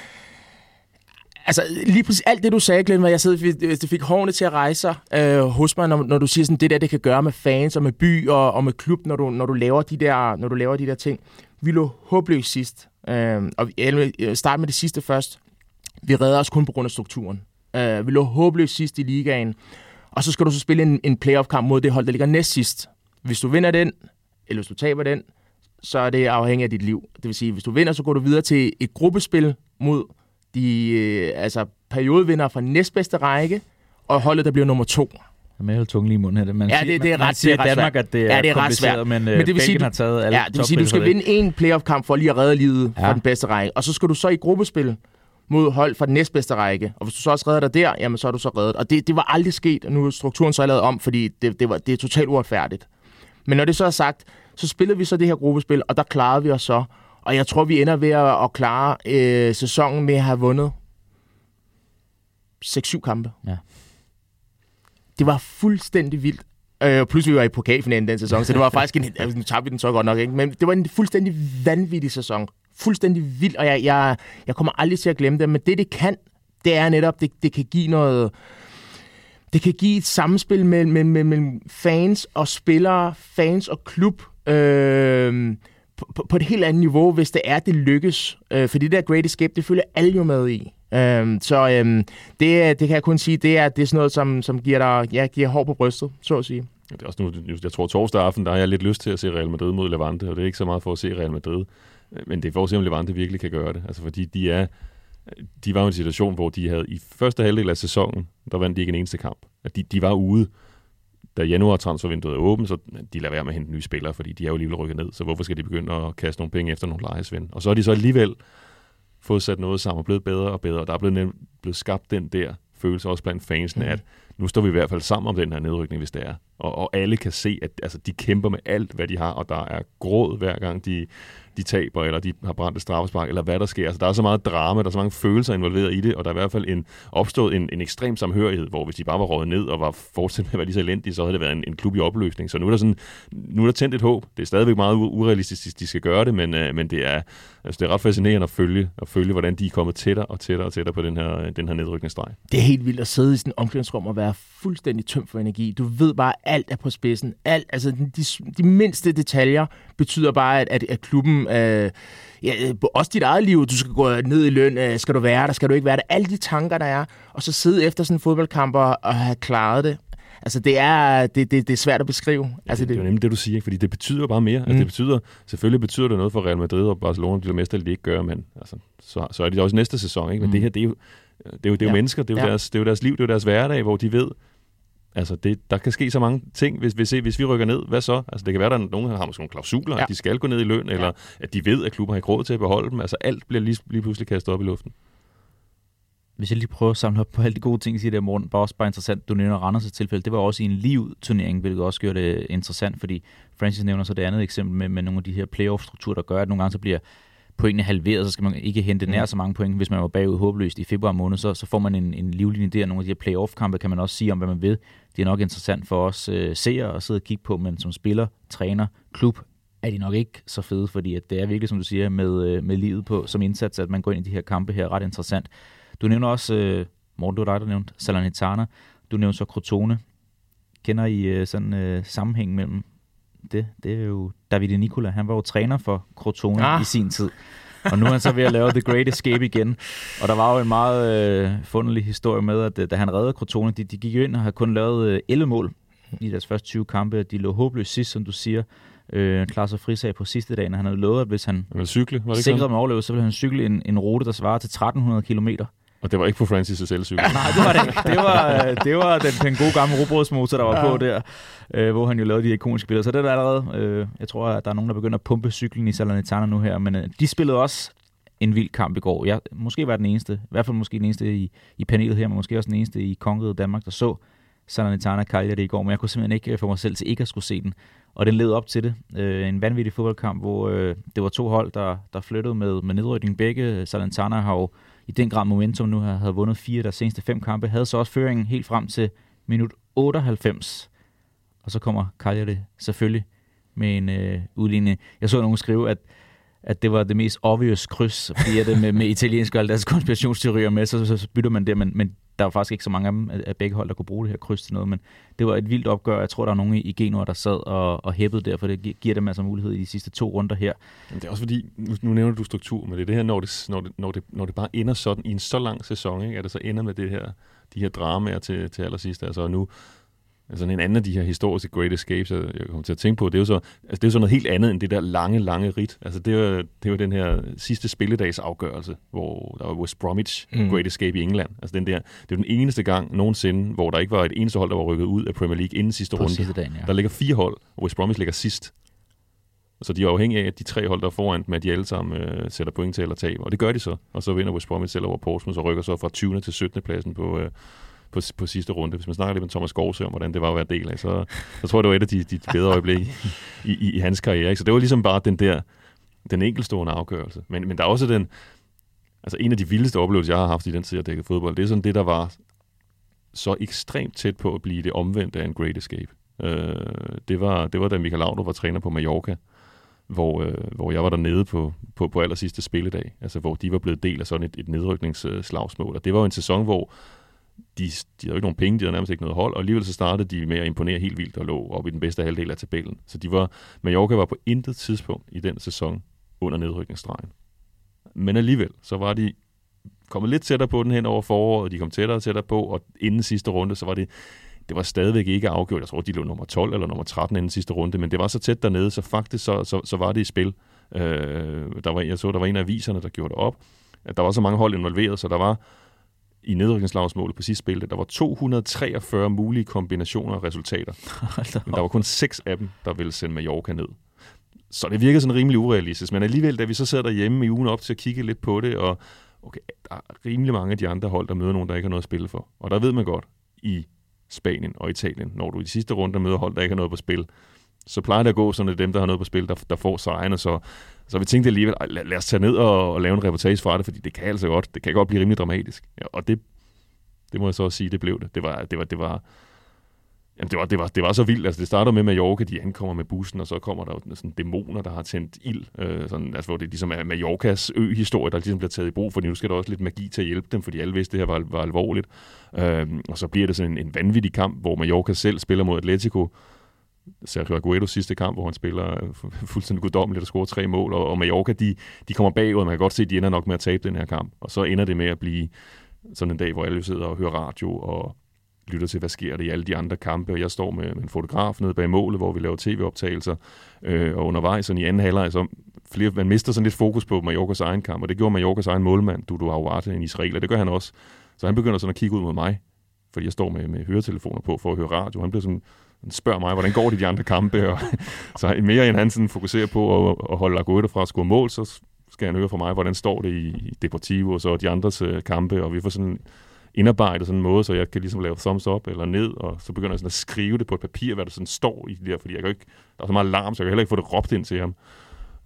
Altså lige præcis alt det, du sagde, Glenn, hvor jeg sad, det fik hårene til at rejse sig øh, hos mig, når, når du siger sådan, det der, det kan gøre med fans og med by og, og med klub, når du, når, du laver de der, når du laver de der ting. Vi lå håbløst sidst. Øh, og jeg starter med det sidste først. Vi redder os kun på grund af strukturen. Øh, vi lå håbløst sidst i ligaen. Og så skal du så spille en, en playoff-kamp mod det hold, der ligger næst sidst. Hvis du vinder den, eller hvis du taber den, så er det afhængigt af dit liv. Det vil sige, hvis du vinder, så går du videre til et gruppespil mod de øh, altså periodevinder fra næstbedste række, og holdet, der bliver nummer to.
Jeg er helt tunge lige i munden her. Man
ja, det, det er
man,
ret,
siger
det er ret
Danmark, at det er,
ja, det er
kompliceret, men, men det vil sige, har taget alle
ja, det vil sige, du skal vinde en playoff-kamp for lige at redde livet ja. fra den bedste række, og så skal du så i gruppespil mod hold fra den næstbedste række, og hvis du så også redder dig der, jamen så er du så reddet. Og det, det var aldrig sket, og nu er strukturen så lavet om, fordi det, det, var, det er totalt uretfærdigt. Men når det så er sagt, så spillede vi så det her gruppespil, og der klarede vi os så. Og jeg tror, vi ender ved at, at klare øh, sæsonen med at have vundet seks syv kampe.
Ja.
Det var fuldstændig vildt. Øh, pludselig var vi i pokalfinalen den sæson, så det var faktisk en... Altså, nu tabte vi den så godt nok, ikke? Men det var en fuldstændig vanvittig sæson. Fuldstændig vildt, og jeg, jeg, jeg kommer aldrig til at glemme det. Men det, det kan, det er netop, det, det kan give noget... Det kan give et samspil mellem, mellem, mellem fans og spillere, fans og klub, øh, på, på et helt andet niveau, hvis det er, det lykkes. Øh, for det der Great Escape, det følger alle jo med i. Øhm, så øhm, det, det kan jeg kun sige, det er, det er sådan noget, som, som giver dig ja, giver hår på brystet, så at sige.
Det er også nu, jeg tror torsdag aften, der har jeg lidt lyst til at se Real Madrid mod Levante, og det er ikke så meget for at se Real Madrid, men det er for at se, om Levante virkelig kan gøre det. Altså fordi de er, de var jo i en situation, hvor de havde i første halvdel af sæsonen, der vandt de ikke en eneste kamp. De, de var ude, da januar-transfervinduet er åbent, så de lader være med at hente nye spillere, fordi de er jo alligevel rykket ned, så hvorfor skal de begynde at kaste nogle penge efter nogle lejesvend? Og så er de så alligevel fået sat noget sammen og blevet bedre og bedre, og der er blevet, nem, blevet skabt den der følelse også blandt fansene, mm. at nu står vi i hvert fald sammen om den her nedrykning, hvis det er. Og, og alle kan se, at altså, de kæmper med alt, hvad de har, og der er gråd hver gang, de, de taber, eller de har brændt et straffespark, eller hvad der sker. Altså, der er så meget drama, der er så mange følelser involveret i det, og der er i hvert fald en, opstået en, en ekstrem samhørighed, hvor hvis de bare var røget ned og var fortsat med at være lige så elendige, så havde det været en, en klub i opløsning. Så nu er der, sådan, nu er der tændt et håb. Det er stadigvæk meget urealistisk, at de skal gøre det, men, øh, men det, er, altså, det er ret fascinerende at følge, at følge, hvordan de er kommet tættere og tættere og tættere på den her, den her nedrykningsstreg.
Det er helt vildt at sidde i sådan et omklædningsrum og være fuldstændig tømt for energi. Du ved bare, at alt er på spidsen. Alt, altså de, de mindste detaljer betyder bare, at, at, at klubben, øh, ja, også dit eget liv, du skal gå ned i løn, øh, skal du være der, skal du ikke være der, alle de tanker, der er, og så sidde efter sådan en fodboldkamp og, og have klaret det. Altså det er, det, det, det er svært at beskrive.
Ja,
altså,
det, det er jo nemlig det, du siger, fordi det betyder bare mere. Mm. Altså, det betyder, selvfølgelig betyder det noget for Real Madrid og Barcelona, de mester, de ikke gør, men altså, så, så er det også næste sæson, ikke? Men mm. det her, det er jo, det er jo, det er jo ja. mennesker, det er jo, ja. deres, det er jo deres liv, det er jo deres hverdag, hvor de ved, altså det, der kan ske så mange ting, hvis, hvis, hvis vi rykker ned. Hvad så? Altså det kan være, at der er nogen, der har måske nogle klausuler, ja. at de skal gå ned i løn, eller ja. at de ved, at klubber har ikke råd til at beholde dem. Altså alt bliver lige, lige pludselig kastet op i luften.
Hvis jeg lige prøver at samle op på alle de gode ting, siger det, Morten, bare også bare interessant, du nævner Randers' tilfælde, det var også i en live-turnering, hvilket også gør det interessant, fordi Francis nævner så det andet eksempel med, med nogle af de her playoff-strukturer, der gør, at nogle gange så bliver pointene halveret, så skal man ikke hente nær så mange point, hvis man var bagud håbløst i februar måned, så, så får man en, en livlinje der. Nogle af de her playoff-kampe kan man også sige om, hvad man ved. Det er nok interessant for os øh, seere at sidde og kigge på, men som spiller, træner, klub, er de nok ikke så fede, fordi at det er virkelig, som du siger, med, øh, med livet på som indsats, at man går ind i de her kampe her, ret interessant. Du nævner også, øh, Morten, du var dig, der nævnte Salernitana, du nævnte så Crotone. Kender I øh, sådan øh, sammenhæng mellem det? Det er jo Davide Nicola, han var jo træner for Crotone ah. i sin tid. Og nu er han så ved at lave The Great Escape igen. Og der var jo en meget øh, funderlig historie med, at øh, da han reddede Crotone, de, de gik jo ind og havde kun lavet øh, elleve mål i deres første tyve kampe. De lå håbløst sidst, som du siger. Øh, klarer sig frisag på sidste dagen. Han havde lovet, at hvis han
cykle, var det
sikrede med overlevelse, så ville han cykle en, en rute, der svarer til tretten hundrede kilometer.
Og det var ikke på Francis' elcykel.
Nej, det var det ikke. Det var, det var den, den gode gamle robrødsmotor, der var ja. på der, øh, hvor han jo lavede de ikoniske billeder. Så det er der allerede. Øh, jeg tror, at der er nogen, der begynder at pumpe cyklen i Salernitana nu her. Men øh, de spillede også en vild kamp i går. Jeg, måske var den eneste, i hvert fald måske den eneste i, i panelet her, men måske også den eneste i kongeriget Danmark, der så Salernitana Cagliari i går. Men jeg kunne simpelthen ikke få mig selv til ikke at skulle se den. Og den led op til det. Øh, en vanvittig fodboldkamp, hvor øh, det var to hold, der, der flyttede med, med nedrykning. Begge Salernitana har jo i den grad momentum nu, havde vundet fire af deres seneste fem kampe, havde så også føringen helt frem til minut otteoghalvfems. Og så kommer Cagliari selvfølgelig med en øh, udligning. Jeg så nogen skrive, at, at det var det mest obvious kryds, fordi det med, med italienske og alle deres konspirationsteorier med, så, så, så bytter man det, men, men der var faktisk ikke så mange af dem af begge hold, der kunne bruge det her kryds til noget, men det var et vildt opgør. Jeg tror, der er nogen i Genoa, der sad og, og hæppede der, for det giver dem altså mulighed i de sidste to runder her.
Men det er også fordi, nu, nu nævner du struktur, men det er det her, når det, når det, når det, når det bare ender sådan i en så lang sæson, ikke, at det så ender med det her, de her dramaer til, til allersidst. Altså nu, altså en anden af de her historiske Great Escapes, jeg kommer til at tænke på, det er jo så, altså det er jo så noget helt andet end det der lange, lange rit. Altså det er jo, det er jo den her sidste spilledags afgørelse, hvor der var West Bromwich mm. Great Escape i England. Altså den der, det er den eneste gang nogensinde, hvor der ikke var et eneste hold, der var rykket ud af Premier League inden sidste
på
runde.
Sidste dagen, ja. Der
ligger fire hold, og West Bromwich ligger sidst. Så de er afhængige af, at de tre hold, der er foran med, at de alle sammen øh, sætter point til eller taber. Og det gør de så. Og så vinder West Bromwich selv over Portsmouth og rykker så fra tyvende til syttende pladsen på... Øh, På, på sidste runde. Hvis man snakker lidt med Thomas Skovsø om, hvordan det var at være del af, så, så tror jeg, det var et af de, de bedre øjeblikke i, i, i hans karriere. Ikke? Så det var ligesom bare den der, den enkeltstående afgørelse. Men, men der er også den, altså en af de vildeste oplevelser, jeg har haft i den tid, jeg dækkede fodbold, det er sådan det, der var så ekstremt tæt på at blive det omvendte af en Great Escape. Øh, det, var, det var da Michael Laudrup var træner på Mallorca, hvor, øh, hvor jeg var dernede på, på, på aller sidste spilledag, altså hvor de var blevet del af sådan et, et nedrykningsslagsmål. Og det var jo en sæson, hvor De, de havde jo ikke nogen penge, de havde nærmest ikke noget hold, og alligevel så startede de med at imponere helt vildt og lå op i den bedste halvdel af tabellen. Så de var, Mallorca var på intet tidspunkt i den sæson under nedrykningsstregen. Men alligevel, så var de kommet lidt tættere på den hen over foråret, de kom tættere og tættere på, og inden sidste runde, så var det, det var stadigvæk ikke afgjort. Jeg tror, de lå nummer tolv eller nummer tretten inden sidste runde, men det var så tæt dernede, så faktisk så, så, så var det i spil. Øh, der var, jeg så, der var en af aviserne, der gjorde det op. At der var så mange hold involveret, så der var i nedrykningsslagsmålet på sidste spil, der var to hundrede og treogfyrre mulige kombinationer af resultater. Men der var kun seks af dem, der ville sende Mallorca ned. Så det virkede sådan rimelig urealistisk. Men alligevel, da vi så sidder derhjemme i ugen op til at kigge lidt på det, og okay, der er rimelig mange af de andre hold, der møder nogen, der ikke har noget at spille for. Og der ved man godt, i Spanien og Italien, når du i de sidste runde møder hold, der ikke har noget på spil, så plejer det at gå sådan, at dem, der har noget på spil, der, der får sejrene. Så, så vi tænkte alligevel, lad, lad os tage ned og, og lave en reportage fra det, fordi det kan altså godt, det kan godt blive rimelig dramatisk. Ja, og det, det må jeg så også sige, det blev det. Det var, det var, det var, jamen det var, det var, det var så vildt. Altså det starter med Mallorca, de ankommer med bussen, og så kommer der jo sådan dæmoner, der har tændt ild, øh, sådan, altså hvor det ligesom er Mallorcas ø-historie, der ligesom bliver taget i brug, fordi nu skal der også lidt magi til at hjælpe dem, fordi alle vidste, det her var, var alvorligt. Øh, og så bliver det sådan en, en vanvittig kamp, hvor Mallorca selv spiller mod Atletico. Sergio Aguero's sidste kamp, hvor han spiller fuldstændig guddommeligt og scorer tre mål, og, og Mallorca, de, de kommer bagud, og man kan godt se, at de ender nok med at tabe den her kamp. Og så ender det med at blive sådan en dag, hvor alle sidder og hører radio og lytter til, hvad sker der i alle de andre kampe. Og jeg står med, med en fotograf nede bag målet, hvor vi laver tv-optagelser, øh, og undervejs sådan i anden halvleg, så flere, man mister sådan lidt fokus på Mallorcas egen kamp, og det gjorde Mallorcas egen målmand, Dudu Aouate, en israeler, det gør han også. Så han begynder sådan at kigge ud mod mig, fordi jeg står med, med høretelefoner på for at høre radio. Han bliver sådan, han spørger mig, hvordan går det de andre kampe, og så mere end han sådan fokuserer på at, at holde Aguero fra at score mål, så skal han høre fra mig, hvordan står det i Deportivo og så de andres uh, kampe, og vi får sådan indarbejdet sådan en måde, så jeg kan ligesom lave thumbs up eller ned, og så begynder jeg sådan at skrive det på et papir, hvad der sådan står i det der, fordi jeg kan ikke, der er så meget larm, så jeg kan heller ikke få det råbt ind til ham.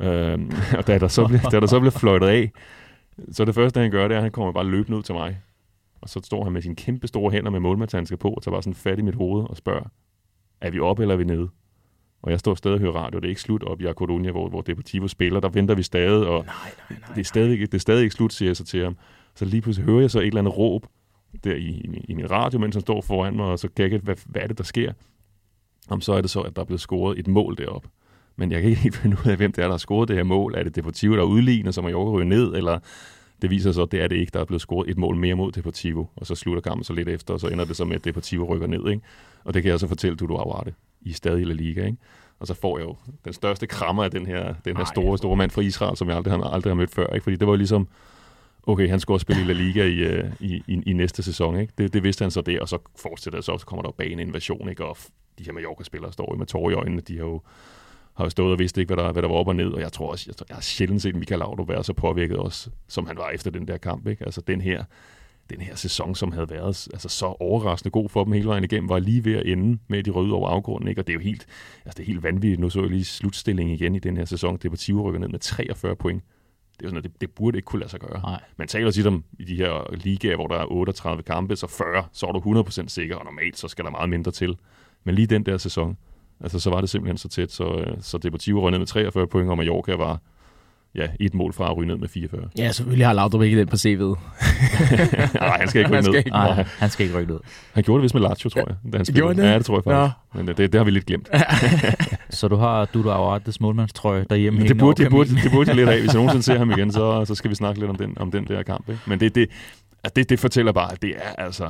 Øh, og da der, så bliver, da der så bliver fløjtet af, så det første, han gør, det er, at han kommer bare løbende ud til mig. Og så står han med sine kæmpe store hænder med målmandshandsker på, og tager bare sådan fat i mit hoved og spørger, er vi oppe eller er vi nede? Og jeg står stadig og hører radio, det er ikke slut op i A Coruña, hvor, hvor Deportivo spiller, der venter vi stadig, og
nej, nej, nej,
det, er stadig, det er stadig ikke slut, siger jeg så til ham. Så lige pludselig hører jeg så et eller andet råb der i, i, i min radio, mens han står foran mig, og så kan jeg ikke, hvad, hvad er det, der sker? Om så er det så, at der er blevet scoret et mål deroppe. Men jeg kan ikke helt finde ud af, hvem det er, der har scoret det her mål. Er det Deportivo, der udligner, så Mallorca ryger ned, eller det viser sig, at det er det ikke, der er blevet scoret et mål mere mod Deportivo, og så slutter kampen så lidt efter, og så ender det så med, at Deportivo rykker ned, ikke? Og det kan jeg så fortælle Dudu Aouate i stadig La Liga, ikke? Og så får jeg jo den største krammer af den her, den her store, store mand fra Israel, som jeg aldrig har, aldrig har mødt før, ikke? Fordi det var ligesom, okay, han skulle også spille i La Liga i, i, i, i næste sæson, ikke? Det, det vidste han så det, og så fortsætter det så, så kommer der jo bag en invasion, ikke? Og de her Mallorca-spillere står jo med tårer i øjnene, de har jo har jo stået og vidste ikke, hvad der, hvad der var op og ned, og jeg tror også, jeg, jeg har sjældent set Michael Laudrup være så påvirket også, som han var efter den der kamp, ikke? Altså den her, den her sæson, som havde været altså, så overraskende god for dem hele vejen igennem, var lige ved at ende med de røde over afgrunden, ikke? Og det er jo helt, altså det er helt vanvittigt. Nu så jeg lige slutstillingen igen i den her sæson. Deportivo rykker ned med treogfyrre point. Det er jo sådan, at det, det burde ikke kunne lade sig gøre.
Nej.
Man taler tit om i de her ligaer, hvor der er otteogtredive kampe, så fyrre, så er du hundrede procent sikker, og normalt så skal der meget mindre til. Men lige den der sæson, altså så var det simpelthen så tæt, så, så Deportivo røg ned med treogfyrre point, og Mallorca var ja, et mål fra at ryge ned med fireogfyrre.
Ja, selvfølgelig har Laudrup ikke den på C V'et.
Nej, han skal ikke rykke ned.
Nej, han skal ikke rykke ned.
Han gjorde det vist med Lazio, tror jeg. Da han
gjorde det?
Ja, det tror jeg faktisk. Ja. Men det, det har vi lidt glemt.
Så du har Dudu Aouates målmandstrøje derhjemme?
Det burde, det, burde, det burde jeg lidt af. Hvis jeg nogensinde ser ham igen, så, så skal vi snakke lidt om den, om den der kamp. Ikke? Men det, det, det, det fortæller bare, at det er altså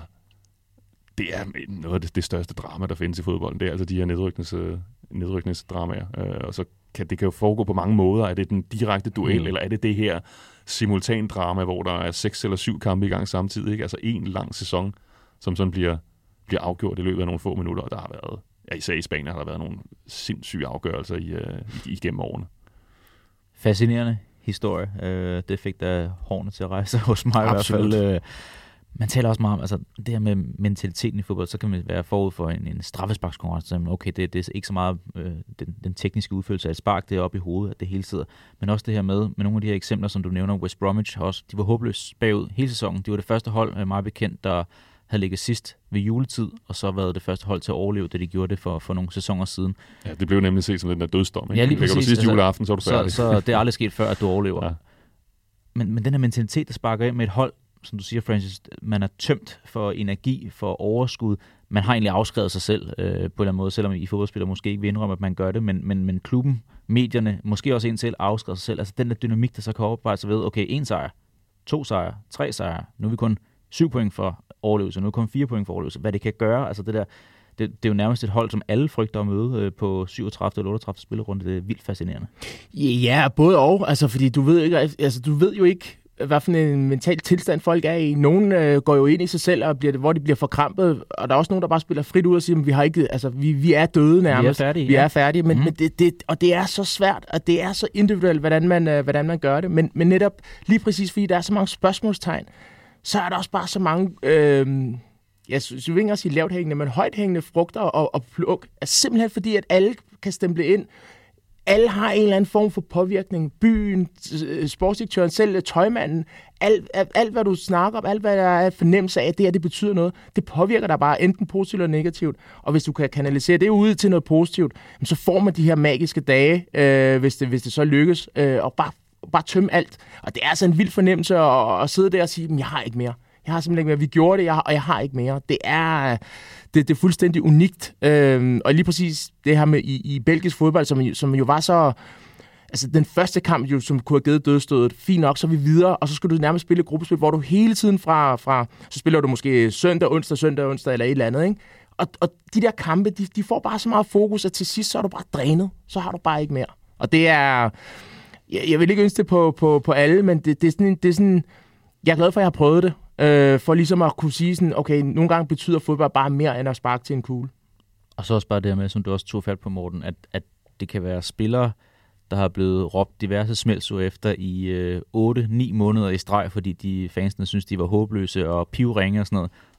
det er noget af det, det største drama, der findes i fodbolden. Det er altså de her nedryknings, nedrykningsdramaer. Øh, og så kan det kan jo foregå på mange måder. Er det den direkte duel, mm. eller er det det her simultan drama, hvor der er seks eller syv kampe i gang samtidig? Ikke? Altså en lang sæson, som sådan bliver, bliver afgjort i løbet af nogle få minutter. Og der har været, ja, især i Spanien har der været nogle sindssyge afgørelser i, uh, igennem årene.
Fascinerende historie. Uh, det fik da hårene til at rejse hos mig.
Absolut.
I hvert fald. Uh, Man taler også meget om, altså det her med mentaliteten i fodbold, så kan man være forud for en, en straffesparkskonkurrence. Okay, det, det er ikke så meget øh, den, den tekniske udførelse af et spark, det er oppe i hovedet, at det hele sidder. Men også det her med, med nogle af de her eksempler, som du nævner, West Bromwich også, de var håbløst bagud hele sæsonen. De var det første hold, meget bekendt, der havde ligget sidst ved juletid, og så været det første hold til at overleve, da de gjorde det for, for nogle sæsoner siden.
Ja, det blev nemlig set som den der dødsdom. Ikke?
Ja, lige præcis.
Ligger du sidste juleaften, så er du færdig.
Så, så det er aldrig sket før, at du overlever. Ja. Men, men den her mentalitet, der sparker ind med et hold, som du siger, Francis, man er tømt for energi, for overskud. Man har egentlig afskrevet sig selv øh, på en eller anden måde, selvom I fodboldspillere måske ikke vil indrømme, at man gør det, men, men, men klubben, medierne, måske også en selv, afskrevet sig selv. Altså den der dynamik, der så kan oparbejde sig ved, okay, en sejr, to sejre, tre sejre, nu er vi kun syv point for overlevelse, nu er vi kun fire point for overlevelse. Hvad det kan gøre, altså det der, det, det er jo nærmest et hold, som alle frygter at møde øh, på syvogtredive eller otteogtredive spillerunde. Det er vildt fascinerende.
Ja, både og, altså fordi du ved ikke, altså du ved jo ikke, hvad for en mental tilstand folk er i. Nogen øh, går jo ind i sig selv, og bliver, hvor de bliver forkrampet, og der er også nogen, der bare spiller frit ud og siger, at vi, har ikke, altså, vi, vi er døde nærmest.
Vi er færdige.
Vi
ja.
er færdige, men,
mm.
men det, det, og det er så svært, og det er så individuelt, hvordan man, øh, hvordan man gør det. Men, men netop lige præcis, fordi der er så mange spørgsmålstegn, så er der også bare så mange, øh, jeg synes ikke engang sige lavt hængende, men højt hængende frugter og, og pluk. Altså, simpelthen fordi, at alle kan stemple ind. Alle har en eller anden form for påvirkning. Byen, sportsdirektøren, selv tøjmanden, alt, alt hvad du snakker om, alt hvad der er fornemmelse af, det her, det betyder noget, det påvirker dig bare enten positivt eller negativt. Og hvis du kan kanalisere det ud til noget positivt, så får man de her magiske dage, øh, hvis, det, hvis det så lykkes, øh, og bare, bare tømme alt. Og det er altså en vild fornemmelse at, at sidde der og sige, jeg har ikke mere. Jeg har simpelthen ikke mere. Vi gjorde det, jeg har, og jeg har ikke mere. Det er, det, det er fuldstændig unikt. Øhm, og lige præcis det her med i, i belgisk fodbold, som, som jo var så... Altså den første kamp, jo, som kunne have givet dødstødet, fint nok, så er vi videre, og så skal du nærmest spille et gruppespil, hvor du hele tiden fra... fra så spiller du måske søndag, onsdag, søndag, onsdag eller et eller andet, ikke? Og, og de der kampe, de, de får bare så meget fokus, at til sidst, så er du bare drænet. Så har du bare ikke mere. Og det er... Jeg, jeg vil ikke ønske det på, på, på alle, men det, det, er sådan, det er sådan... Jeg er glad for, at jeg har prøvet det. Øh, for ligesom at kunne sige sådan, okay, nogle gange betyder fodbold bare mere end at sparke til en kugle.
Og så også bare det her med, som du også tog fat på, Morten, at, at det kan være spillere, der har blevet råbt diverse smældsord efter i otte ni måneder i streg, fordi de fansene synes, de var håbløse og pivringe og sådan noget.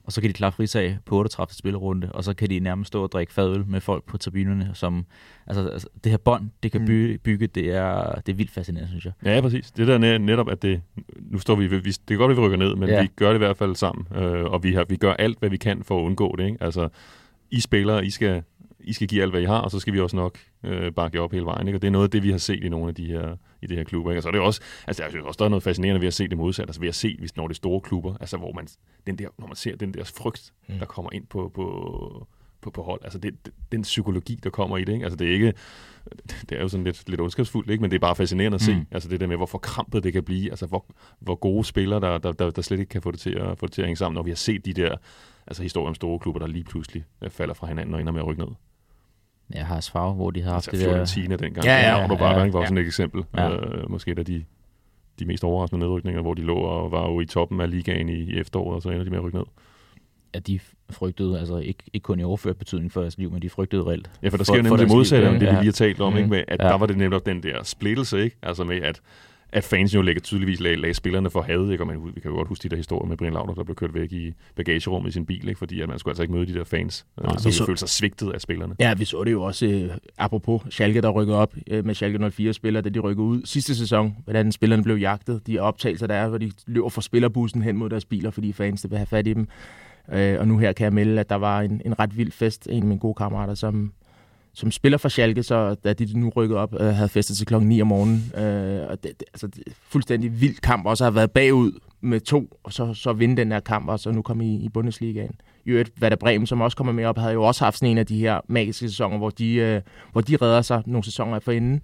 og så kan de klare frisag på otteogtredive spillerunde, og så kan de nærmest stå og drikke fadøl med folk på tribunerne, som, altså, altså det her bånd, det kan bygge, bygge det, er, det er vildt fascinerende, synes jeg.
Ja, præcis. Det der netop, at det, nu står vi, vi det er godt, at vi rykker ned, men ja. vi gør det i hvert fald sammen, øh, og vi, har, vi gør alt, hvad vi kan for at undgå det, ikke? Altså, I spillere, I skal, I skal give alt, hvad I har, og så skal vi også nok øh, bakke op hele vejen, ikke? Og det er noget af det, vi har set i nogle af de her, i det her klubber, ikke? Og så er det også, altså jeg synes også, der er noget fascinerende ved at se det modsatte, altså ved at se, hvis når det er store klubber, altså hvor man, den der, når man ser den der frygt, mm. der kommer ind på, på, på, på hold, altså det, den psykologi, der kommer i det, ikke? Altså det er ikke, det er jo sådan lidt, lidt ondskabsfuldt, ikke? Men det er bare fascinerende at se, mm. altså det der med, hvor forkrampet det kan blive, altså hvor, hvor gode spillere, der, der, der, der slet ikke kan få det, til at, få det til at hænge sammen, når vi har set de der, altså historier om store klubber, der lige pludselig falder fra hinanden og ender med at rykke ned.
Ja, Haas Favre, hvor de har haft
altså,
det der...
Fiorentina dengang.
Ja, ja, ja,
og bare
ja,
ja, var
ja.
sådan et eksempel.
Ja.
Øh, måske da de, de mest overraskende nedrykninger, hvor de lå og var jo i toppen af ligaen i, i efteråret, og så ender de med at rykke ned.
Ja, de frygtede, altså ikke, ikke kun i overført betydning for deres liv, men de frygtede reelt.
Ja, for der sker nemlig det modsatte, om det vi lige har talt om,
mm.
ikke? Med, at
ja.
der var det nemlig den der splittelse, ikke? Altså med, at at fans jo lægger tydeligvis lag, lag spillerne for had, ikke? Og man, vi kan jo godt huske de der historier med Brian Laudrup, der blev kørt væk i bagagerummet i sin bil, ikke? Fordi at man skulle altså ikke møde de der fans, Nej, øh, som så... følte sig svigtet af spillerne.
Ja, vi så det jo også, øh, apropos Schalke, der rykkede op øh, med Schalke nul fire-spillere, da de rykkede ud sidste sæson, hvordan spillerne blev jagtet. De optagelser, der er, hvor de løber fra spillerbussen hen mod deres biler, fordi fans vil have fat i dem. Øh, og nu her kan jeg melde, at der var en, en ret vild fest, en af mine gode kammerater, som... som spiller for Schalke, så da de nu rykkede op, øh, havde festet til klokken ni om morgenen. Øh, og det, det, altså, det fuldstændig vild kamp, også har været bagud med to, og så, så vinde den her kamp, og så nu komme i, i Bundesligaen. I øvrigt, Werder Bremen, som også kommer med op, havde jo også haft sådan en af de her magiske sæsoner, hvor de, øh, hvor de redder sig nogle sæsoner forinden.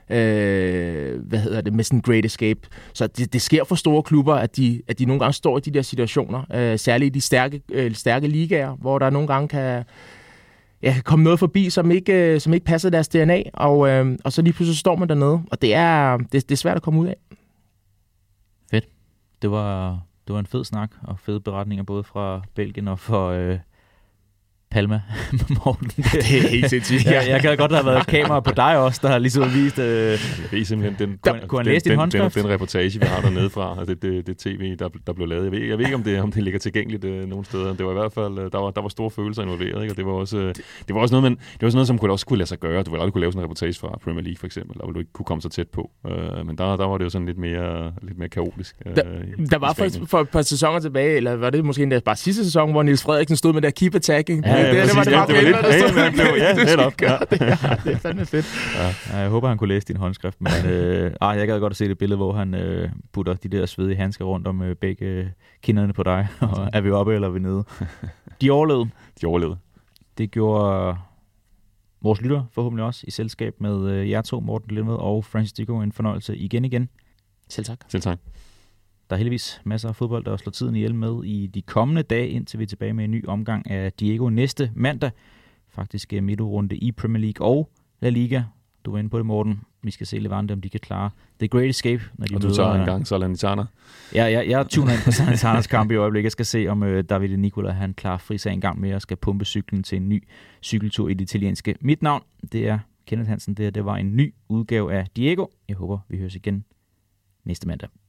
Øh, hvad hedder det, med sådan en great escape. Så det, det sker for store klubber, at de, at de nogle gange står i de der situationer, øh, særligt i de stærke, øh, stærke ligaer, hvor der nogle gange kan ja, komme noget forbi, som ikke, som ikke passer deres D N A, og, øh, og så lige pludselig står man dernede, og det er, det, det er svært at komme ud af.
Fedt. Det var, det var en fed snak, og fede beretninger, både fra Belgien og fra øh, Palma, Morten.
Det er helt sindssygt.
jeg, jeg kan godt have været et kamera på dig også, der har ligesom vist... Øh,
jeg ved simpelthen, den,
der, kunne han læse din håndskrift?
Den, den reportage, vi har dernede fra, altså det, det, det tv, der, der blev lavet. Jeg ved, jeg ved ikke, om det, om det ligger tilgængeligt øh, nogle steder. Det var i hvert fald, der var, der var store følelser involveret, ikke? Og det var også, øh, det var også noget, man, det var sådan noget, som kunne også kunne lade sig gøre. Du ville aldrig kunne lave sådan en reportage fra Premier League, for eksempel. Der ville du ikke kunne komme så tæt på. Øh, men der, der var det jo sådan lidt mere, lidt mere kaotisk. Øh,
der,
i,
der var for, for et par sæsoner tilbage, eller var det måske endda bare sidste sæson, hvor Niels Frederiksen stod med der keep attacking.
Ja, ja,
det, det var det bare
lidt, ja, man blev, ja, netop. Ja.
Det, ja, det er fandme fedt.
Ja. Jeg håber, han kunne læse din håndskrift, men øh, ah, jeg gad godt at se det billede, hvor han øh, putter de der svedige handsker rundt om øh, begge øh, kinderne på dig, og er vi oppe eller er vi nede? De overlevede.
De overlevede.
Det gjorde øh, vores lytter forhåbentlig også, i selskab med øh, jer to, Morten Lemmed og Francis Dico, en fornøjelse igen igen.
Selv tak.
Selv tak.
Der er heldigvis masser af fodbold, der slår tiden ihjel med i de kommende dage, indtil vi er tilbage med en ny omgang af Diego næste mandag. Faktisk midtrunde i Premier League og La Liga. Du var inde på det, Morten. Vi skal se Levante, om de kan klare The Great Escape. Når de
og du
møder,
tager en gang Salernitana.
Ja, ja, jeg tuner ind på Salernitanas kamp i øjeblikket. Jeg skal se, om uh, Davide Nicola han klarer frisag en gang mere og skal pumpe cyklen til en ny cykeltur i det italienske. Mit navn, det er Kenneth Hansen. Det, det var en ny udgave af Diego. Jeg håber, vi høres igen næste mandag.